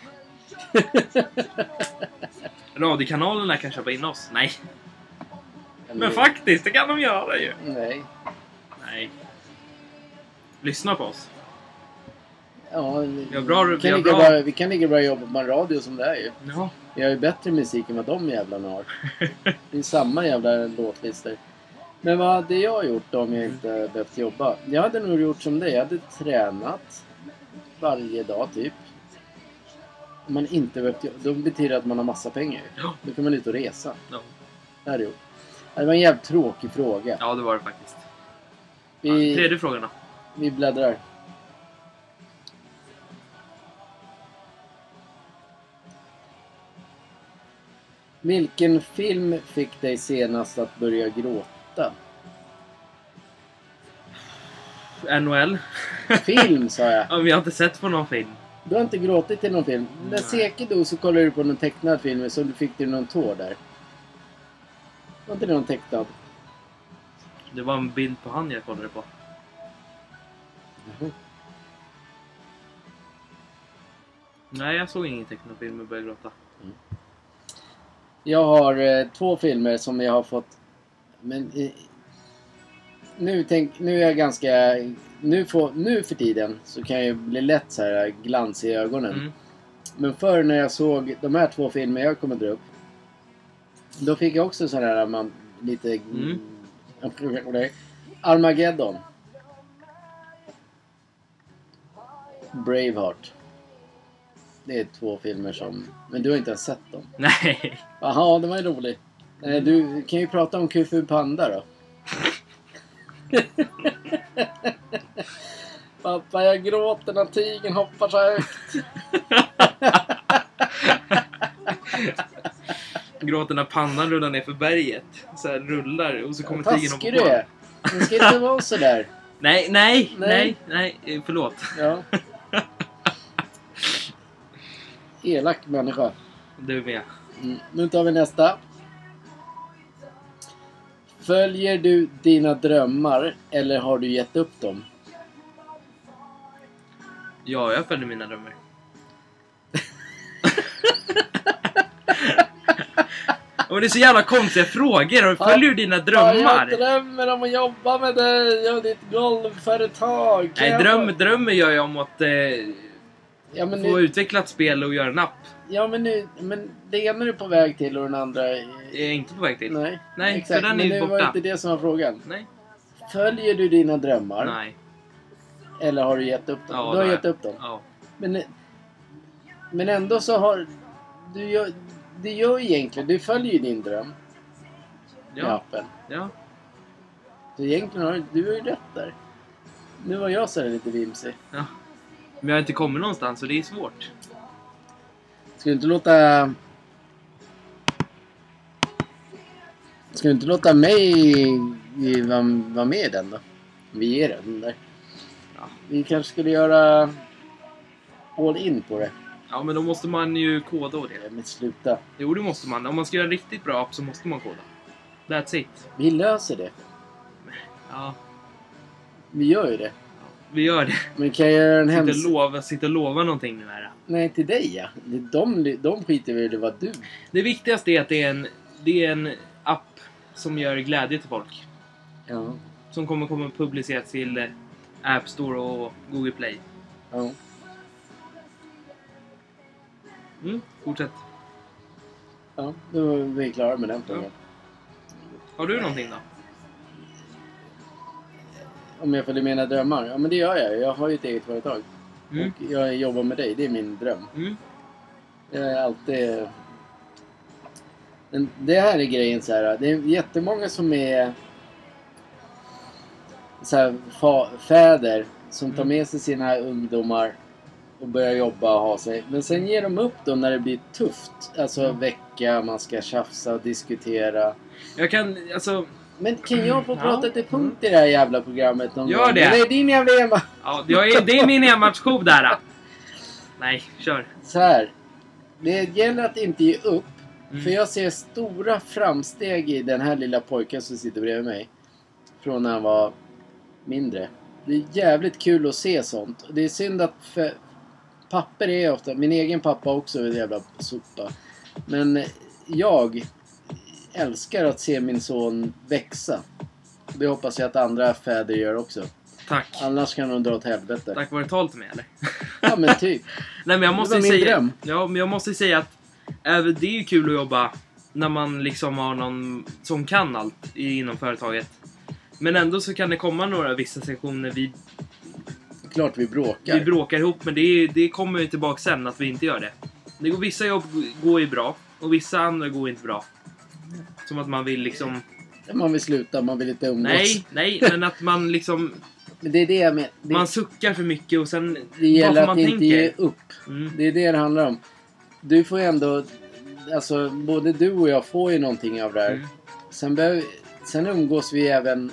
Radiokanalerna kan köpa in oss. Nej. Men faktiskt, det kan de göra ju. Nej. Nej. Lyssna på oss. Ja, vi kan ligga bra och jobba på en radio som det är ju. Ja. Vi har ju bättre musik än vad de jävlarna har. Det är samma jävla låtlistor. Men vad hade jag gjort om jag inte behövt jobba? Jag hade nog gjort som det. Jag hade tränat varje dag typ. Om man inte behövt jobba, då betyder det att man har massa pengar. Ja. Då kan man ut och resa. Ja. Det hade jag gjort. Det var en jävligt tråkig fråga. Ja, det var det faktiskt. Vi, tredje frågan då. vi bläddrar. Vilken film fick dig senast att börja gråta? NHL. Film, sa jag. Ja, vi har inte sett på någon film. Du har inte gråtit i någon film. När Seke dog så kollade du på någon tecknad film så du fick dig någon tår där. Var inte det någon tecknad? Det var en bild på han jag kollade på. Nej, jag såg ingen tecknad film och började gråta. Jag har 2 filmer som jag har fått... Men nu är jag ganska... Nu för tiden så kan jag ju bli lätt så här glans i ögonen. Mm. Men förr när jag såg de här 2 filmer jag kommer dra upp, då fick jag också sån här man lite... Armageddon. Braveheart. Det är 2 filmer som... Men du har inte ens sett dem. Nej. Jaha, det var ju roligt. Du kan ju prata om Kung Fu Panda då. Pappa, jag gråter när tigern hoppar så högt. Gråter när pannan rullar ner för berget. Så här rullar och så kommer tigern Taskig hoppa du på. är. Det ska inte vara så där. Nej, förlåt. Ja. Elak människa. Du med. Nu tar vi nästa. Följer du dina drömmar eller har du gett upp dem? Ja, jag följer mina drömmar. Och det är så jävla konstiga frågor. Följer du dina drömmar? Jag drömmer om att jobba med dig och ditt golvföretag. Nej, drömmer gör jag om att få utveckla ett spel och göra en app. Ja, men det ena är du på väg till och den andra är inte på väg till. Nej, exakt. För den är men det borta. var inte det som var frågan. Nej. Följer du dina drömmar? Nej. Eller har du gett upp dem? Ja, du har gett upp dem. Ja. Men ändå så har du gör egentligen, du följer ju din dröm. Ja. Med appen. Ja. Så egentligen har du ju rätt där. Nu var jag så här lite vimsig. Ja. Men jag har inte kommit någonstans så det är svårt. Ska du inte låta mig vara med i den då? Vi ger den där. Ja. Vi kanske skulle göra all in på det. Ja, men då måste man ju koda och det. Men sluta. Jo, det måste man. Om man ska göra en riktigt bra app så måste man koda. That's it. Vi löser det. Ja. Vi gör ju det. Ja, vi gör det. Men kan jag göra en Sitta och lova någonting nu här. Nej, till dig ja. De skiter väl i vad du. Det viktigaste är att det är en app som gör glädje till folk. Ja. Som kommer publiceras till App Store och Google Play. Ja. Fortsätt. Ja, då är vi klara med den frågan. Ja. Har du någonting då? Om jag följer mina drömmar? Ja, men det gör jag. Jag har ju ett eget företag. Och jag jobbar med dig. Det är min dröm. Jag är alltid... Men det här är grejen så här. Det är jättemånga som är så här, fäder som tar med sig sina ungdomar och börjar jobba och ha sig. Men sen ger de upp då när det blir tufft. Alltså vecka, man ska tjafsa och diskutera. Men kan jag få prata till punkt i det här jävla programmet? Gör det! Det är din jävla hemma. Ja, det är min hemmatchshow där då. Nej, kör. Så här. Det gäller att inte ge upp. För jag ser stora framsteg i den här lilla pojken som sitter bredvid mig. Från när han var mindre. Det är jävligt kul att se sånt. Det är synd att papper är ofta... Min egen pappa också är en jävla sopa. Men jag älskar att se min son växa. Det hoppas jag att andra fäder gör också. Tack. Annars kan de dra åt helvete. Tack, var det tal till mig eller? Ja, men typ. Nej, men jag måste det var min dröm. Ja, men jag måste säga att det är ju kul att jobba när man liksom har någon som kan allt inom företaget. Men ändå så kan det komma några vissa sektioner Klart vi bråkar. Vi bråkar ihop, men det kommer ju tillbaka sen att vi inte gör det. Vissa jobb går ju bra och vissa andra går inte bra. Som att man vill liksom... Man vill sluta, man vill inte umgås. Nej, men att man liksom... Men det är det jag menar. Man suckar för mycket och sen... Det gäller man att inte ge upp. Det är det handlar om. Du får ju ändå... Alltså, både du och jag får ju någonting av det här. Sen umgås vi även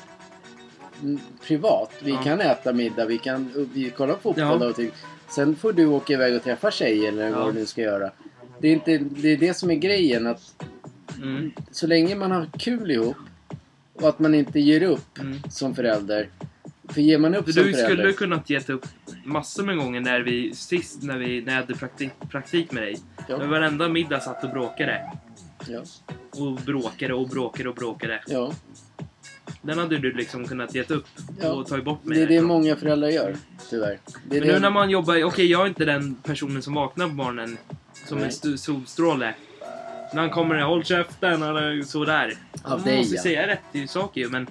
privat. Vi kan äta middag, vi kollar fotboll och typ. Sen får du åka iväg och träffa tjejer eller vad du ska göra. Det är det som är grejen att så länge man har kul ihop och att man inte ger upp som förälder. För ger man upp som förälder... Du skulle kunnat ge upp massor med gånger när jag hade praktik med dig. Ja. Men varenda middag satt och bråkade. Ja. Och bråkade. Ja. Den hade du liksom kunnat ge upp och ta bort mig. Det är det många föräldrar gör, tyvärr. Men nu när man jobbar... Okej, jag är inte den personen som vaknar på morgonen som en solstråle. När han kommer, håll käften eller sådär. Man måste säga rätt i saker ju, men...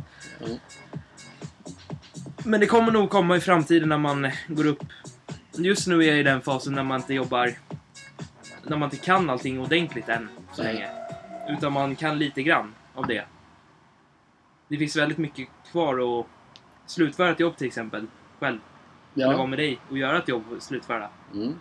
Men det kommer nog komma i framtiden när man går upp. Just nu är jag i den fasen när man inte jobbar... När man inte kan allting ordentligt än så länge. Utan man kan lite grann av det. Det finns väldigt mycket kvar att slutföra ett jobb till exempel. Själv. Eller vara med dig och göra ett jobb och slutföra.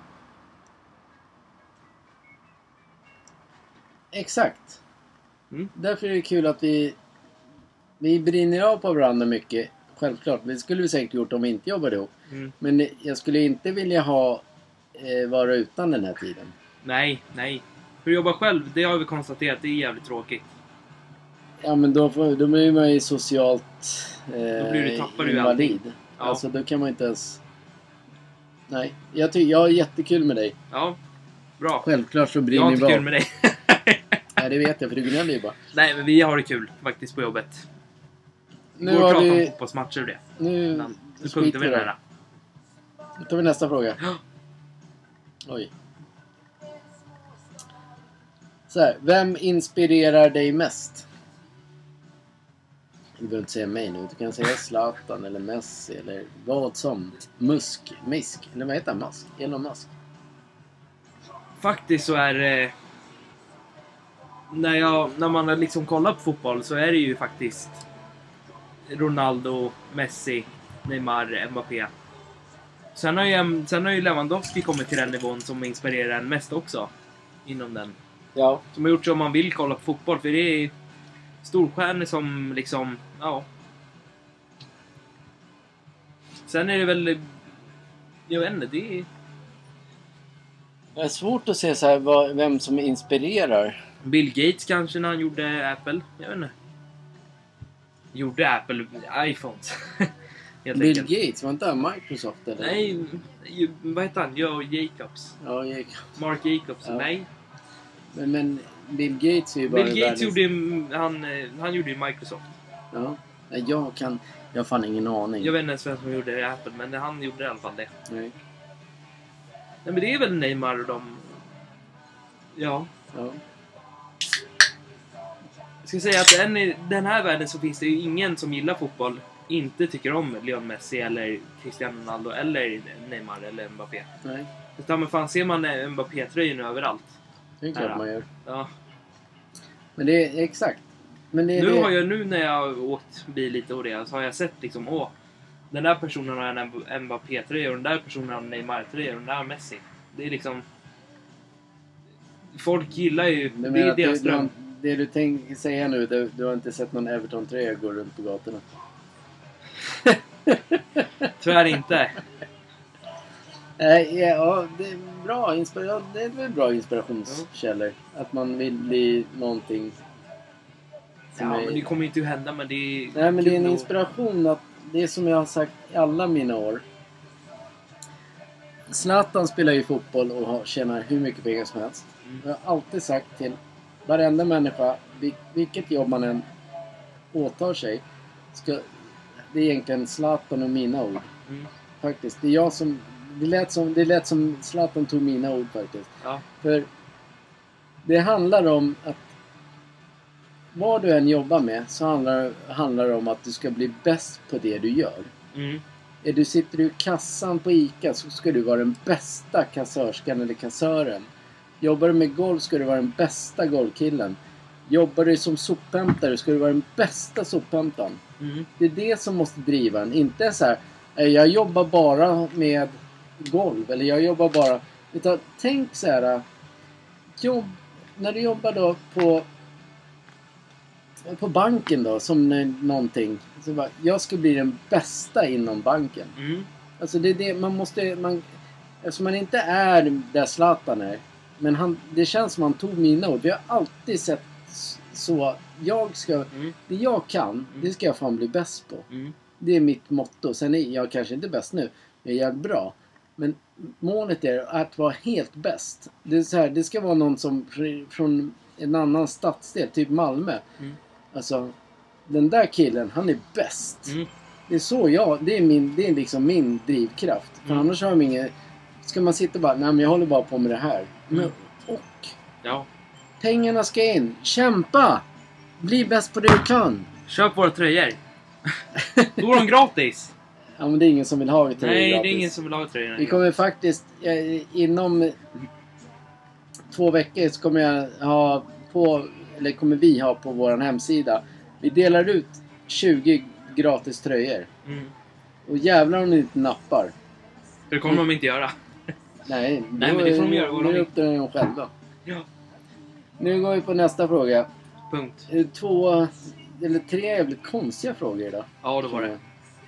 Exakt. Därför är det kul att vi brinner av på varandra mycket. Självklart. Det skulle vi säkert gjort om vi inte jobbade ihop. Men jag skulle inte vilja vara utan den här tiden. Nej. För att jobba själv, det har vi konstaterat, det är jävligt tråkigt. Ja, men då blir man ju socialt tappar du invalid. Ja. Alltså då kan man inte ens... Nej, jag har jättekul med dig. Ja, bra. Självklart så brinner jag har inte kul med dig. Ja, det vet jag, för du gnäller ju bara. Nej, men vi har det kul faktiskt på jobbet. Nu Går och har pratar om vi... fotbollsmatcher och det. Nu Nu punktar vi den här. Då tar vi nästa fråga. Ja. Oj. Så här, vem inspirerar dig mest? Du behöver inte säga mig nu. Du kan säga Zlatan eller Messi eller vad som. Misk. Eller vad heter han? Elon Musk. Faktiskt så är det... När man liksom kollar på fotboll så är det ju faktiskt Ronaldo, Messi, Neymar, Mbappé. Sen har ju Lewandowski kommit till den nivån som inspirerar en mest också. Inom den. Ja. Som har gjort så om man vill kolla på fotboll. För det är storstjärnor som liksom... Ja. Sen är det väl... Jag vet inte, det är... Det är svårt att se så här vem som inspirerar. Bill Gates kanske när han gjorde Apple. Jag vet inte. Gjorde Apple iPhones. Helt Bill enkelt. Gates, var inte han Microsoft eller? Nej, vad heter han? Joe Jacobs. Ja, Mark Jacobs, Ja. nej. Men Bill Gates är ju bara... Bill Gates världens- han gjorde ju Microsoft. Ja. Nej, jag har fan ingen aning. Jag vet inte ens vem som gjorde Apple, men han gjorde i alla fall det. Nej. Nej, men det är väl Neymar och de... Ja. Ja. Jag ska säga att i den här världen så finns det ju ingen som gillar fotboll inte tycker om Lionel Messi eller Cristiano Ronaldo eller Neymar eller Mbappé. Nej, Utan men fan ser man Mbappé-tröjor överallt. det är klart Här, man gör. Ja. Men det är exakt. Men det är Nu när jag har åkt bil lite och det så har jag sett liksom den där personen har en Mbappé-tröja och den där personen har en Neymar-tröja och den där har Messi. Det är liksom... Folk gillar ju... Du Det är menar deras att dröm. det du tänker säga nu, du har inte sett någon Everton-tröja gå runt på gatorna? Tyvärr inte. Nej, ja, det är bra det är väl bra inspirationskällor. Att man vill bli någonting som Ja, är... men det kommer ju inte att hända, men det är... Nej, men det är en kul inspiration att det är som jag har sagt i alla mina år. Zlatan spelar ju fotboll och tjänar hur mycket pengar som helst. Mm. Jag har alltid sagt till varenda människa, vilket jobb man än åtar sig, det är egentligen Zlatan och mina ord. Mm. Faktiskt. Det är jag som... Det lät som Zlatan tog mina ord faktiskt. Ja. För det handlar om att vad du än jobbar med så handlar det om att du ska bli bäst på det du gör. Mm. Sitter du i kassan på ICA så ska du vara den bästa kassörskan eller kassören. Jobbar du med golv ska du vara den bästa golvkillen. Jobbar du som sophämtare ska du vara den bästa sophämtaren. Mm. Det är det som måste driva en. Inte så här, jag jobbar bara med golv. Eller jag jobbar bara... Utan tänk så här. När du jobbar då på banken då. Som någonting. Så bara, jag ska bli den bästa inom banken. Mm. Alltså det är det man måste... Eftersom man inte är där Zlatan är. Men det känns som han tog mina ord. Vi har alltid sett så. Det jag kan, det ska jag fan bli bäst på. Mm. Det är mitt motto. Sen är jag kanske inte bäst nu. Jag är jävligt bra. Men målet är att vara helt bäst. Det är så här, det ska vara någon som från en annan stadsdel, typ Malmö. Mm. Alltså, den där killen, han är bäst. Mm. Det är så det är liksom min drivkraft. För Mm. annars har de ingen... Ska man sitta bara, nej men jag håller bara på med det här. Men, Ja. pengarna ska in. Kämpa! Bli bäst på det du kan. Köp våra tröjor. Då är de gratis. Ja, men det är ingen som vill ha det. Nej, gratis. det är ingen som vill ha tröjorna. Vi kommer faktiskt inom 2 veckor så kommer vi ha på vår hemsida. Vi delar ut 20 gratis tröjor. Mm. Och jävlar om ni inte nappar. Det kommer de inte göra. Nej, Nej, men det får de göra vad de Nu vill. upptäcker de själva. Ja. Nu går vi på nästa fråga. Punkt. 2 eller 3 jävligt konstiga frågor idag. Ja, det var det.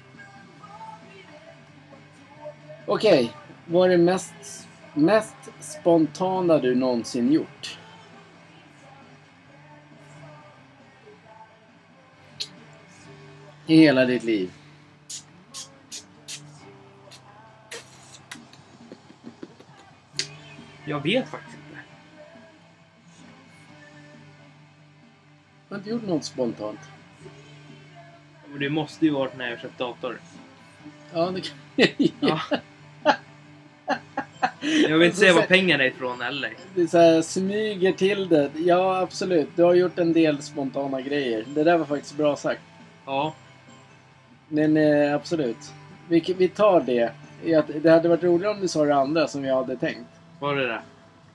Okej, vad är det mest spontana du någonsin gjort? I hela ditt liv. Jag vet faktiskt inte. Jag har inte gjort något spontant. Men det måste ju varit när jag köpt dator. Ja, det kan Ja. Jag vill inte säga var pengarna är ifrån eller. Det är så här, smyger till det. Ja, absolut. Du har gjort en del spontana grejer. Det där var faktiskt bra sagt. Ja. Men absolut. Vi tar det. Det hade varit roligare om du sa det andra som jag hade tänkt. Vad är det där?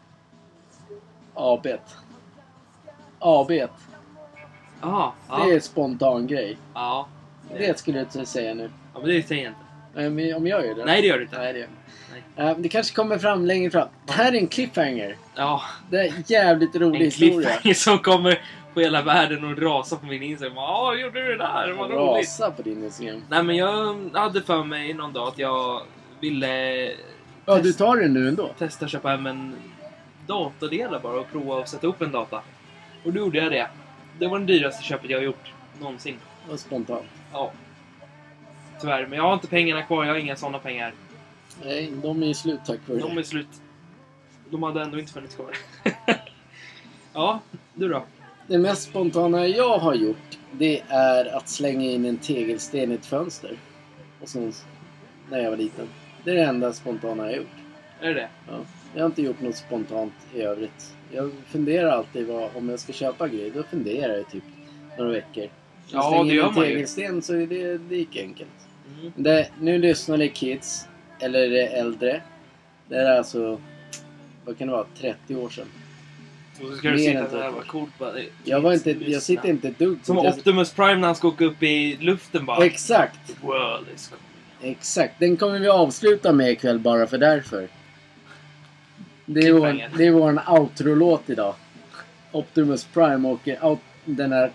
AB-et. AB-et. Jaha. Ja. Det är en spontan grej. Ja. Det skulle jag inte säga nu. Ja, men det säger jag inte. Men om jag gör det? Nej, det gör du inte. Nej, det gör jag. Det kanske kommer fram längre fram. Det här är en cliffhanger. Ja. Det är en jävligt rolig En historia. cliffhanger som kommer på hela världen och rasa på min Instagram. Ja, gjorde du det där? Vad roligt. Rasa på din Instagram. Nej, men jag hade för mig någon dag att jag ville Ja, du tar det nu ändå. testa köpa hem en datadel bara och prova att sätta upp en data. Och då gjorde jag det. Det var det dyraste köpet jag har gjort någonsin. Det var spontant. Ja. Tyvärr, men jag har inte pengarna kvar. Jag har inga sådana pengar. Nej, de är ju slut tack vare De det. är slut. De hade ändå inte funnits kvar. Ja, du då? Det mest spontana jag har gjort, det är att slänga in en tegelsten i ett fönster. Och sen, när jag var liten. Det är det enda spontana jag har gjort. Är det? Ja. Jag har inte gjort något spontant i övrigt. Jag funderar alltid om jag ska köpa grejer. Då funderar jag typ några veckor. Ja, det gör man ju. tegelsten så är det gick enkelt. Mm. Nu lyssnar ni kids. Eller äldre. Det är alltså, vad kan det vara, 30 år sedan. Och så ska du Mer sitta än där och 30. vara coolt bara. Jag sitter inte ett dugg. Som Optimus Prime när han ska åka upp i luften bara. Exakt. The world is coming. Exakt. Den kommer vi avsluta med ikväll bara för därför. Det är vår outro-låt idag. Optimus Prime åker den här.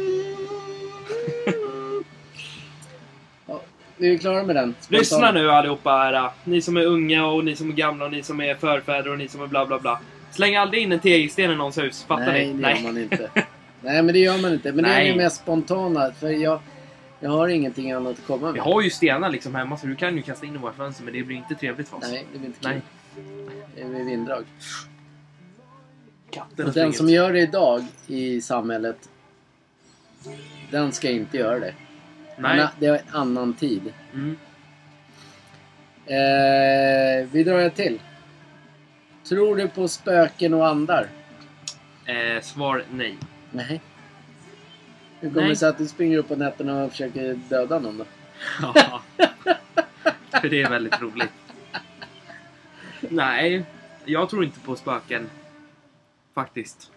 Ja, vi är klara med den. Spontan. Lyssna nu allihopa här. Ni som är unga och ni som är gamla och ni som är förfäder och ni som är bla bla bla. Släng aldrig in en tegelsten i någons hus. Fattar Nej, ni? det gör man inte. Nej, men det gör man inte. Men det är det mest spontana. För jag har ingenting annat att komma med. Vi har ju stenar liksom hemma så du kan ju kasta in i vårt fönster men det blir inte trevligt för oss. Nej, det blir inte kul. Nej. Det är vinddrag. Katten Och den som gör det idag i samhället, den ska inte göra det. Nej. Det är en annan tid. Mm. Vi drar ett till. Tror du på spöken och andar? Svar nej. Nej. Hur kommer det sig att du springer upp på nätterna och försöker döda någon då? Ja. För det är väldigt roligt. Nej, jag tror inte på spöken. Faktiskt.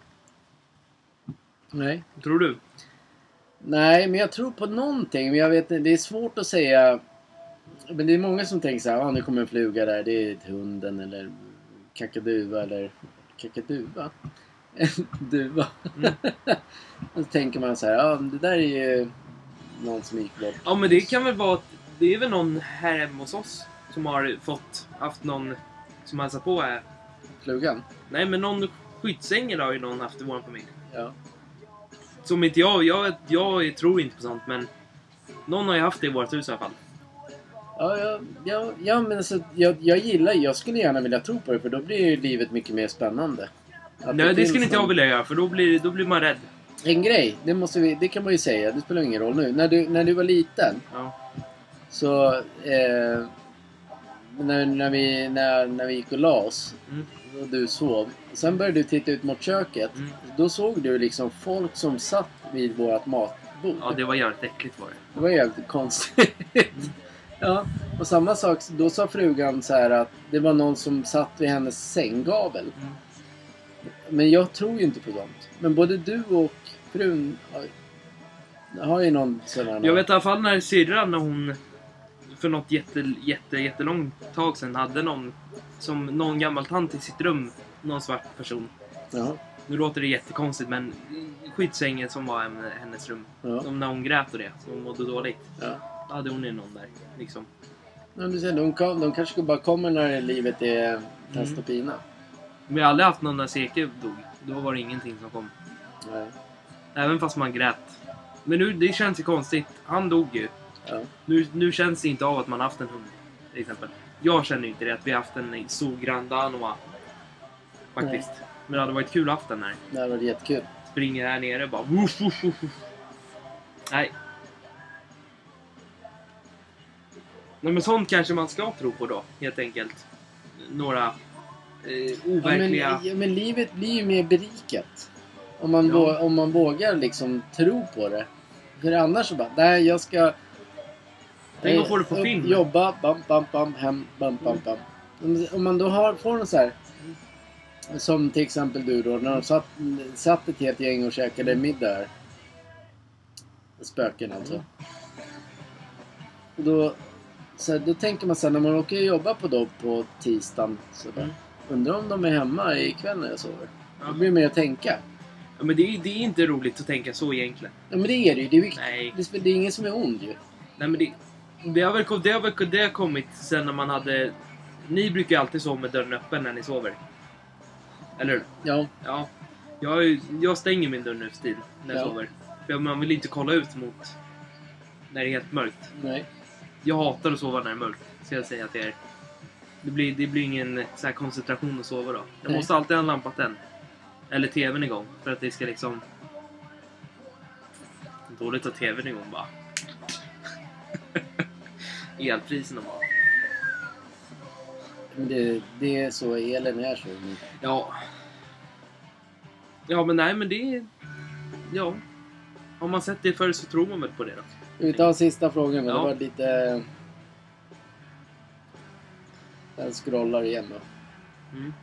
Nej. Tror du? Nej, men jag tror på någonting. Men jag vet inte, det är svårt att säga. Men det är många som tänker så här, nu kommer en fluga där. Det är hunden eller kakaduva eller kakaduva. Duva. Mm. Och så tänker man så här, ja, det där är ju någon som gick bort. Ja, men det kan väl vara att det är väl någon här hemma hos oss som har haft någon som hälsar på här. Flugan? Nej, men någon skyddsängel har ju någon haft i vår familj. Ja. Som inte jag tror inte på sånt, men någon har ju haft det i vårt hus i alla fall. Ja, men alltså, jag skulle gärna vilja tro på det, för då blir ju livet mycket mer spännande. Nej, det skulle inte jag vilja göra, för då blir man rädd. En grej, det kan man ju säga, det spelar ingen roll nu. När du var liten, Ja. så när vi gick och la oss och du sov, sen började du titta ut mot köket. Då såg du liksom folk som satt vid vårt matbord. Ja, det var jävligt äckligt var det. Det var jävligt konstigt. Ja, och samma sak, då sa frugan så här att det var någon som satt vid hennes sänggavel. Men jag tror ju inte på sånt. Men både du och frun har ju någon sån här. Jag vet i alla fall när syrran, när hon för något jättelångt tag sedan hade någon gammal tant i sitt rum, någon svart person. Ja. Nu låter det jättekonstigt, men skyddsängen som var hennes rum. Ja. Som när hon grät och det, så hon mådde dåligt. Ja. Då hade hon ju någon där, liksom. Ja, du ser, de kanske bara kommer när livet är test och pina. Men jag har aldrig haft någon när Seke dog. Då var det ingenting som kom. Nej. Även fast man grät. Men nu, det känns ju konstigt. Han dog ju. Ja. Nu känns det inte av att man haft en hund, till exempel. Jag känner ju inte det, att vi har haft en så Grand Danois. Faktiskt. Men det hade varit kul att haft den här. Det hade varit jättekul. springer här nere bara. Woof, woof, woof. Nej. Nej, men sånt kanske man ska tro på då, helt enkelt. Några overkliga... Men livet blir ju mer berikat. Om man vågar liksom tro på det. För annars så bara, nej jag ska... Tänk att få det på film. Jobba, bam, hem, bam. Om man då får någon så här... Som till exempel du då, när de satt ett helt gäng och käkade middag här. Spöken alltså. Och då tänker man så här, när man åker jobba på tisdagen så bara, undrar om de är hemma ikväll när jag sover. Det blir mer att tänka. Ja, men det är inte roligt att tänka så egentligen. Ja, men det är det ju. Nej. Det är ingen som är ond ju. Nej, men det har kommit sen när man hade... Ni brukar ju alltid sova med dörren öppen när ni sover. Eller hur? Ja. Ja. Jag stänger min dörr nu för tid när jag sover. För man vill inte kolla ut mot när det är helt mörkt. Nej. Jag hatar att sova när det är mörkt. Så jag säger att det blir ingen så här koncentration att sova då. Jag måste alltid ha en lampa tänd. Eller tvn igång. För att det ska liksom... Dåligt att tvn igång bara. Elpriserna bara. Men det är så elen är så. Ja. Ja, men nej, men det är... Ja. Om man sett det förr så tror man väl på det då. Vi tar sista frågan. Det var lite... Jag scrollar igen då. Mm.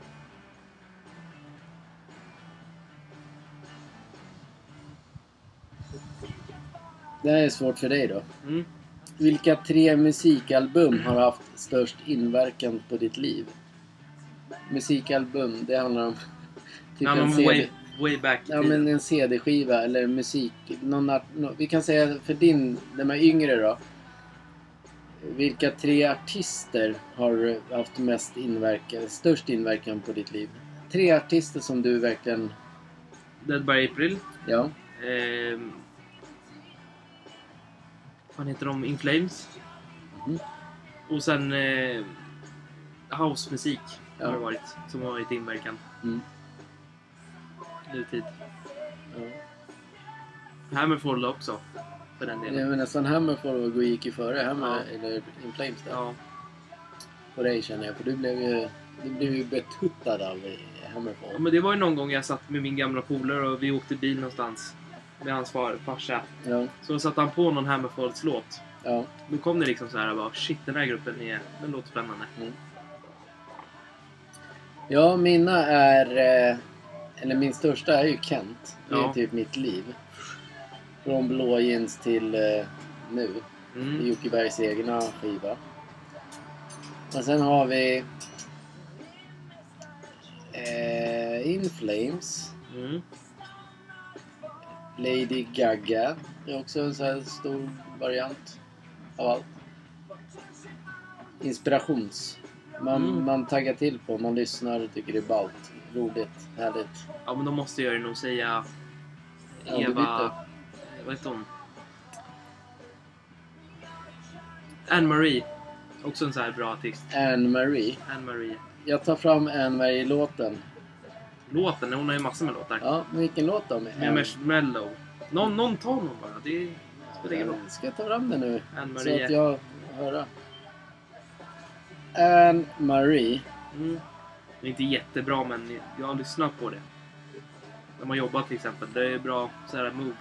Det här är svårt för dig då. Mm. Vilka 3 musikalbum har haft störst inverkan på ditt liv? Musikalbum, det handlar om typ en CD. Way back. Ja, men en CD-skiva eller musik. Vi kan säga för de här yngre då. Vilka 3 artister har haft störst inverkan på ditt liv? 3 artister som du verkligen... Dead by April. Ja. Vad heter de? In Flames. Och sen housemusik har det varit. Som har varit inverkan. Nutid. Hammerfall också. För den delen. Ja, men nästan Hammerfall gick ju före eller In Flames där. Ja. På dig känner jag. För du blev ju betuttad av Hammerfall. Ja, men det var ju någon gång jag satt med min gamla polare och vi åkte bil någonstans. Med hans farsa. Ja. Så satte han på någon Hammerfalls låt. Ja. Då kom det liksom så här bara, shit, den här gruppen den låter spännande. Ja, mina är... Eller min största är ju Kent. Det är typ mitt liv. Från Blå Jeans till nu. Jocke Bergs egna skiva. Och sen har vi In Flames. Lady Gaga. Det är också en så här stor variant av allt. Inspirations. Man taggar till på. Man lyssnar och tycker det är ballt. Roligt. Härligt. Ja, men då måste jag ju nog säga Eva... Vad heter hon? Anne-Marie. Också en så här bra artist. Anne-Marie. Jag tar fram Anne-Marie-låten. Låten? Hon har ju massor med låtar. Ja, men vilken låt då? Med Marshmallow. Någon tar någon bara. Det spelar ingen roll. Ska jag ta fram den nu? Anne-Marie. Så att jag hör. Anne-Marie. Det är inte jättebra, men jag har lyssnat på det. När man jobbar till exempel. Det är bra så här mood.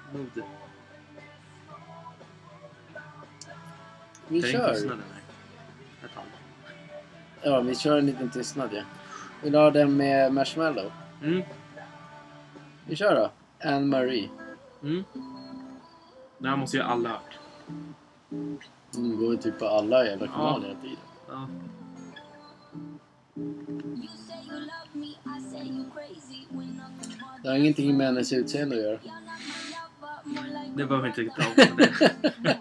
Vi kör. Ja, vi kör en liten tystnad, ja. Vill du ha den med Marshmallow? Vi kör då. Anne-Marie. Det här måste ju alla hört. Det går typ på alla jävla kanaler hela tiden. Ja. Det har ingenting med hennes utseende att göra. Det behöver inte ta upp på det.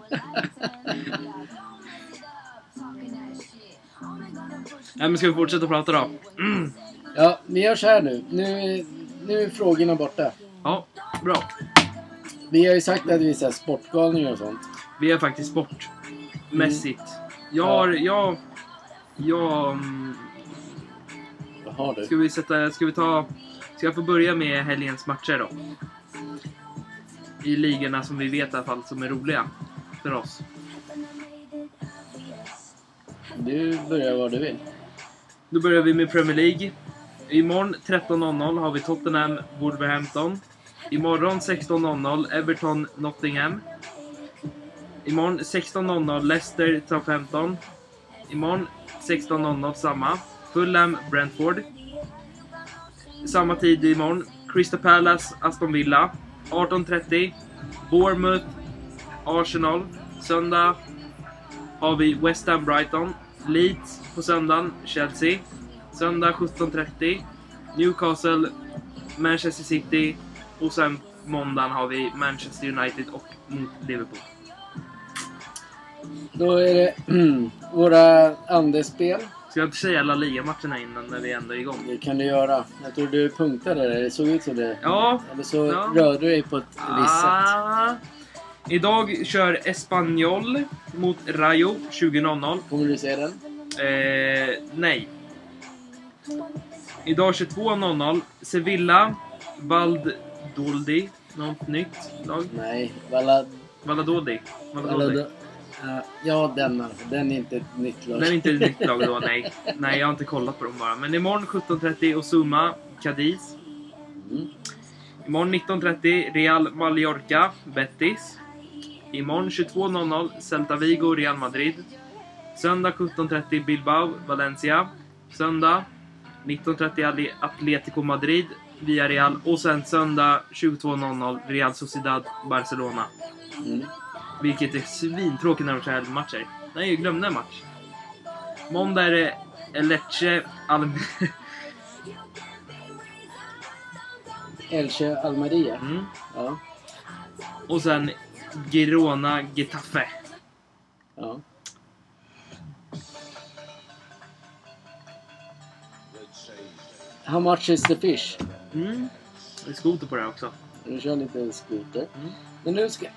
Ja, men ska vi fortsätta prata då? Ja, vi gör så här nu. Nu är frågorna borta. Ja, bra. Vi har ju sagt att vi är så här sportgalningar och sånt. Vi är faktiskt sportmässigt. Vad har du? Ska Ska jag få börja med helgens matcher då? I ligorna som vi vet i alla fall som är roliga för oss. Du börjar vad du vill. Då börjar vi med Premier League. Imorgon 13.00 har vi Tottenham Wolverhampton. Imorgon 16.00 Everton Nottingham. Imorgon 16.00 Leicester Southampton. Imorgon 16.00 samma. Fulham Brentford. Samma tid imorgon Crystal Palace Aston Villa. 18.30 Bournemouth Arsenal. Söndag har vi West Ham Brighton. Leeds på söndagen Chelsea. Söndag 17.30 Newcastle Manchester City. Och sen måndagen har vi Manchester United och Liverpool. Då är det våra andelsspel. Ska jag inte säga alla ligamatcherna innan när vi ändå är igång? Det kan du göra. Jag tror du punktade det. Det såg ut som det. Ja. Eller så rörde du dig på ett visst sätt. Idag kör Espanyol mot Rayo 20.00. Kommer du se den? Nej. Idag 22.00 Sevilla Valladolid. Något nytt lag? Nej. Valladolid. Ja, den är inte ett nytt lag. Den är inte ett nytt lag då, nej. Nej, jag har inte kollat på dem bara. Men imorgon 17.30 Osuma Cadiz. Imorgon 19.30 Real Mallorca Betis. Imorgon 22.00 Celta Vigo Real Madrid. Söndag 17.30 Bilbao Valencia. Söndag 19.30 Atletico Madrid Villarreal. Och sen söndag 22.00 Real Sociedad Barcelona. Vilket är svintråkigt när de kör matcher. Nej, jag glömde en match. Måndag är det Elche Almeria. Ja. Och sen Girona Getafe. Ja. How much is the fish? Det är skoter på det också. Nu kör lite skoter. Men nu ska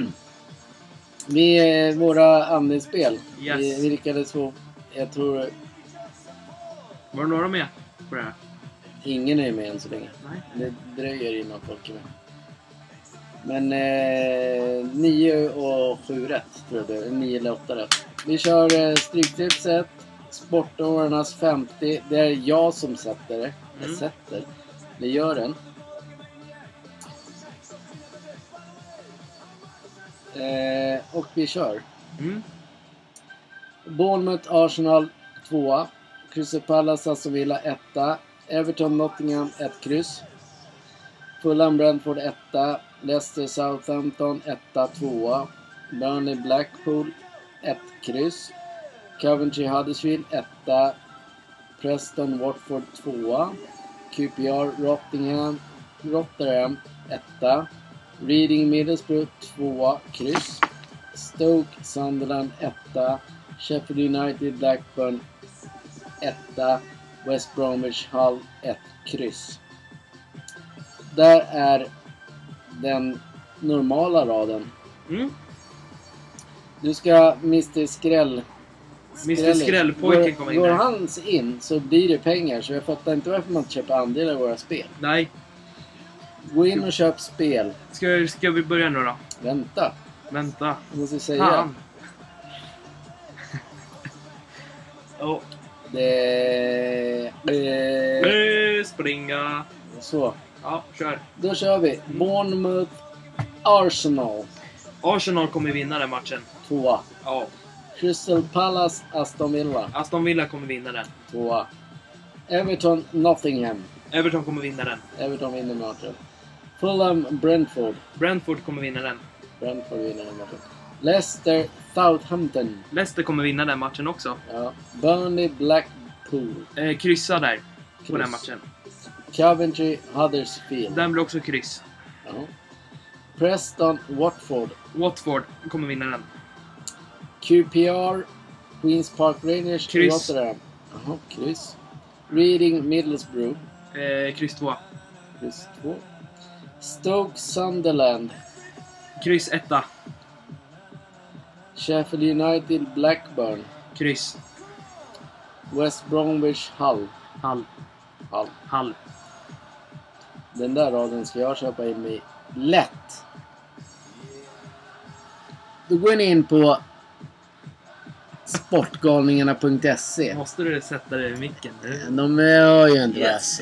vi våra andelsspel. Yes. Vi lyckades få, jag tror Var det några med på det här? ingen är med än så länge. Nej. Det dröjer innan folk är med. Men 9 och 7 rätt tror jag det är. 9 eller 8 rätt. Vi kör Stryktipset. Sportårarnas 50. Det är jag som sätter det. Jag sätter. Det gör den. Och vi kör. Bournemouth Arsenal 2. Crystal Palace Aston Villa 1. Everton Nottingham 1 kryss. Fulham Brentford 1. Leicester Southampton 1 2. Burnley Blackpool 1 kryss. Coventry Huddersfield 1. Preston Watford 2. QPR Rotterdam 1. Reading Middlesbrough 2 kryss. Stoke Sunderland 1. Sheffield United Blackburn 1. West Bromwich Hull 1 kryss. Där är den normala raden. Du ska Mr. Skrällpojken kommer in Går här. han in så blir det pengar. Så jag fattar inte varför man inte köper andelar i våra spel. Nej. Gå in och köp spel. Ska vi börja nu då? Vänta. Jag måste säga. Fan. Springa. Så. Ja, kör. Då kör vi. Bournemouth Arsenal. Arsenal kommer vinna den matchen. 2. Ja. Crystal Palace Aston Villa. Aston Villa kommer vinna den. 2. Everton Nottingham. Everton kommer vinna den. Everton vinner matchen. Fulham Brentford. Brentford kommer vinna den. Brentford vinner den matchen. Leicester Southampton. Leicester kommer vinna den matchen också. Ja. Burnley Blackpool. Kryssa där. På Kryss. den matchen. Coventry Huddersfield. Den blir också kryss. Ja. Preston Watford. Watford kommer vinna den. QPR Queens Park Rangers. Kryss. Rotterdam. Jaha, kryss. Reading Middlesbrough. Kryss 2. Kryss 2. Stoke Sunderland. Kryss 1. Sheffield United Blackburn. Kryss. West Bromwich Hull. Hall. Den där raden ska jag köpa in mig lätt. Då går ni in på sportgalningarna.se. Måste du sätta dig i micken? De har ju inte Yes.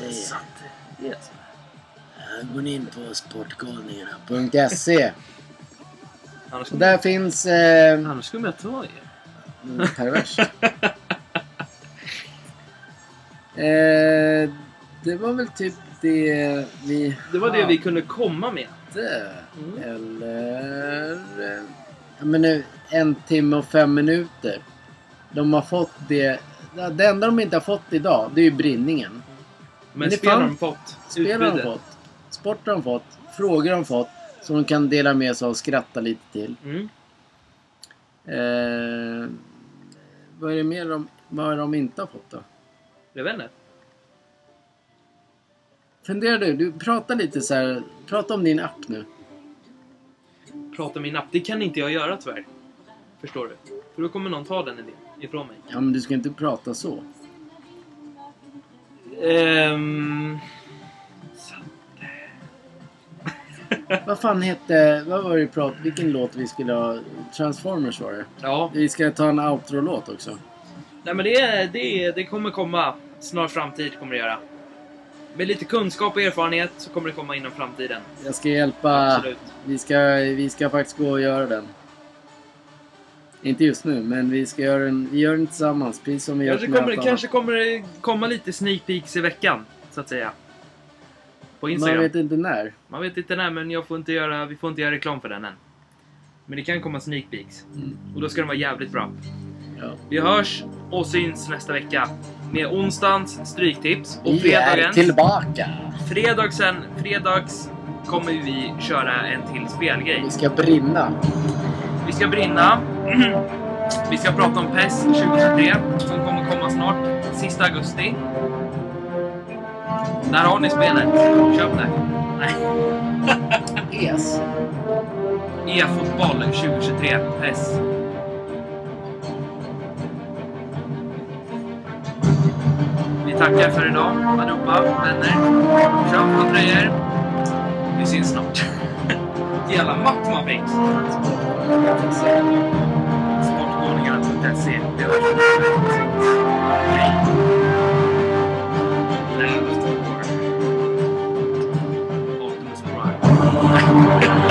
Gå in på sportgalningarna.se. Annars Och där finns skulle jag ta er. pervers. Det var väl typ det vi... Det var det vi kunde komma med. Eller... Ja, men nu, 1 timme och 5 minuter. De har fått det... Det enda de inte har fått idag, det är ju brinningen. Men det spel har fan- de fått. Spel har de Utbudet. fått. Sport har de fått. Frågor har de fått. Som de kan dela med sig och skratta lite till. Mm. Vad är det mer vad har de inte har fått då? Jag vet inte. Funderar du pratar lite så här. Prata om din app nu. Prata min app. Det kan inte jag göra tyvärr. Förstår du? För då kommer någon ta den idén ifrån mig. Ja, men du ska inte prata så. Vad fan hette... Vad var det vilken låt vi skulle ha? Transformers var det. Ja. Vi ska ta en outro-låt också. Nej men det kommer komma. Snar framtid kommer det göra. Med lite kunskap och erfarenhet så kommer det komma inom framtiden. Jag ska hjälpa... Absolut. Vi ska faktiskt gå och göra den. Inte just nu, men vi gör den tillsammans. Precis som vi gör med allt annat. Kanske kommer det komma lite sneak peeks i veckan. Så att säga. På Instagram. Man vet inte när. Man vet inte när, men vi får inte göra reklam för den än. Men det kan komma sneak peeks. Och då ska den vara jävligt bra. Ja. Vi hörs och syns nästa vecka. Med onsdagens stryktips. Och Vi är fredagens... tillbaka. Fredags kommer vi köra en till spelgrej. Vi ska brinna. Vi ska brinna. Vi ska prata om PES 2023 som kommer komma snart. Sista augusti. Där har ni spelet. Köp det. Nej. Yes. E-fotboll 2023. PES. Vi tackar för idag. Allihopa, vänner. Köp på tröjor. Vi syns snart. Jävla mack man fick. Sportgårdningarna.se. Det var hej. Left or Optimus Prime.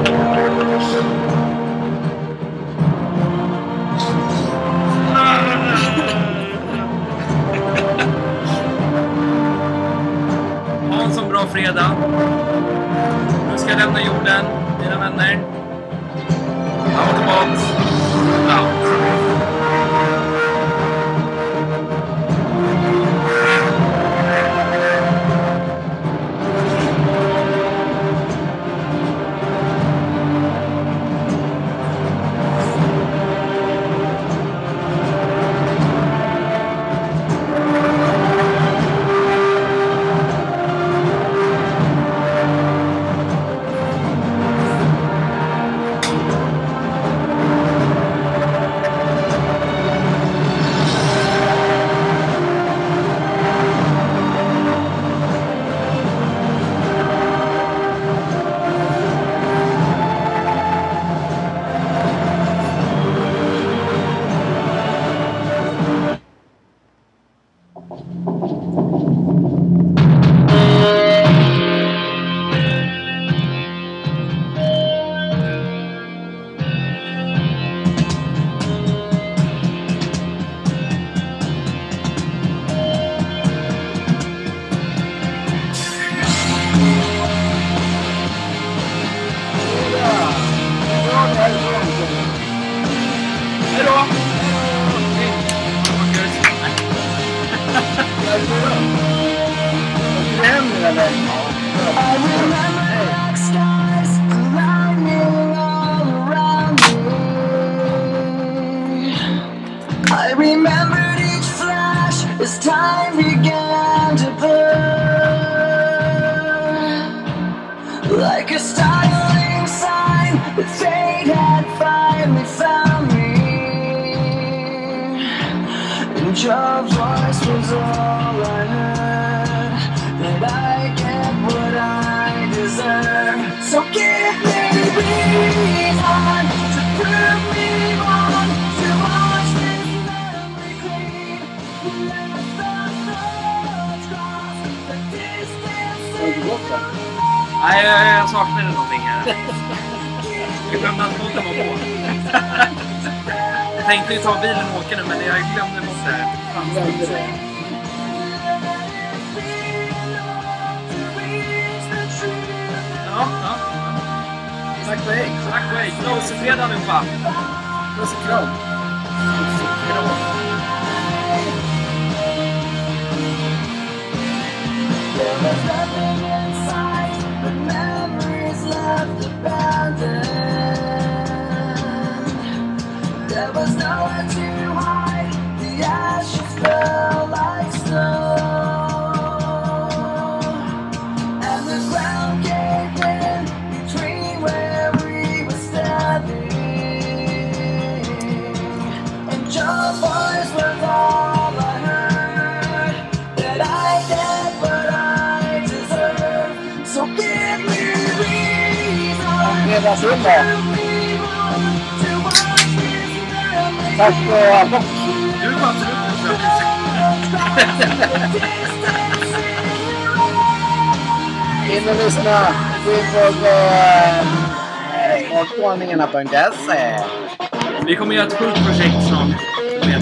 Ha en sån bra fredag. Nu ska jag lämna jorden, mina vänner. Autobahn. I remembered each flash as time began to burn. Like a startling sign that fate had finally found me. And your voice was all I heard, that I get what I So give me reason to prove me wrong, to wash this memory clean. Let the thoughts cross the distance. Har du gått den? Nej, jag saknade någonting här. Jag glömde att båten var på. Jag tänkte ju ta bilen och åka nu, men jag glömde bort det här. Glömde det. Ja. Tack för hej. Tack och hej. Knas och fredag allihopa. Puss och kram. There was nothing inside, but memories left abandoned. There was nowhere to hide, the ashes fell like snow. And the ground gave in between where we were standing. And your voice was all I heard, that I get what I deserve. So give me reason Fredag till då. to watch this memory. Tack för bock. Du är bara trött på att In och lyssna. Gå in på smartvarningarna.se. Vi kommer göra ett sjukt projekt snart.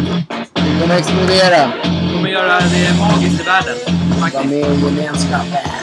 Vi kommer explodera. Vi kommer göra det magiskt i världen. Var Faktiskt. med i gemenskapen.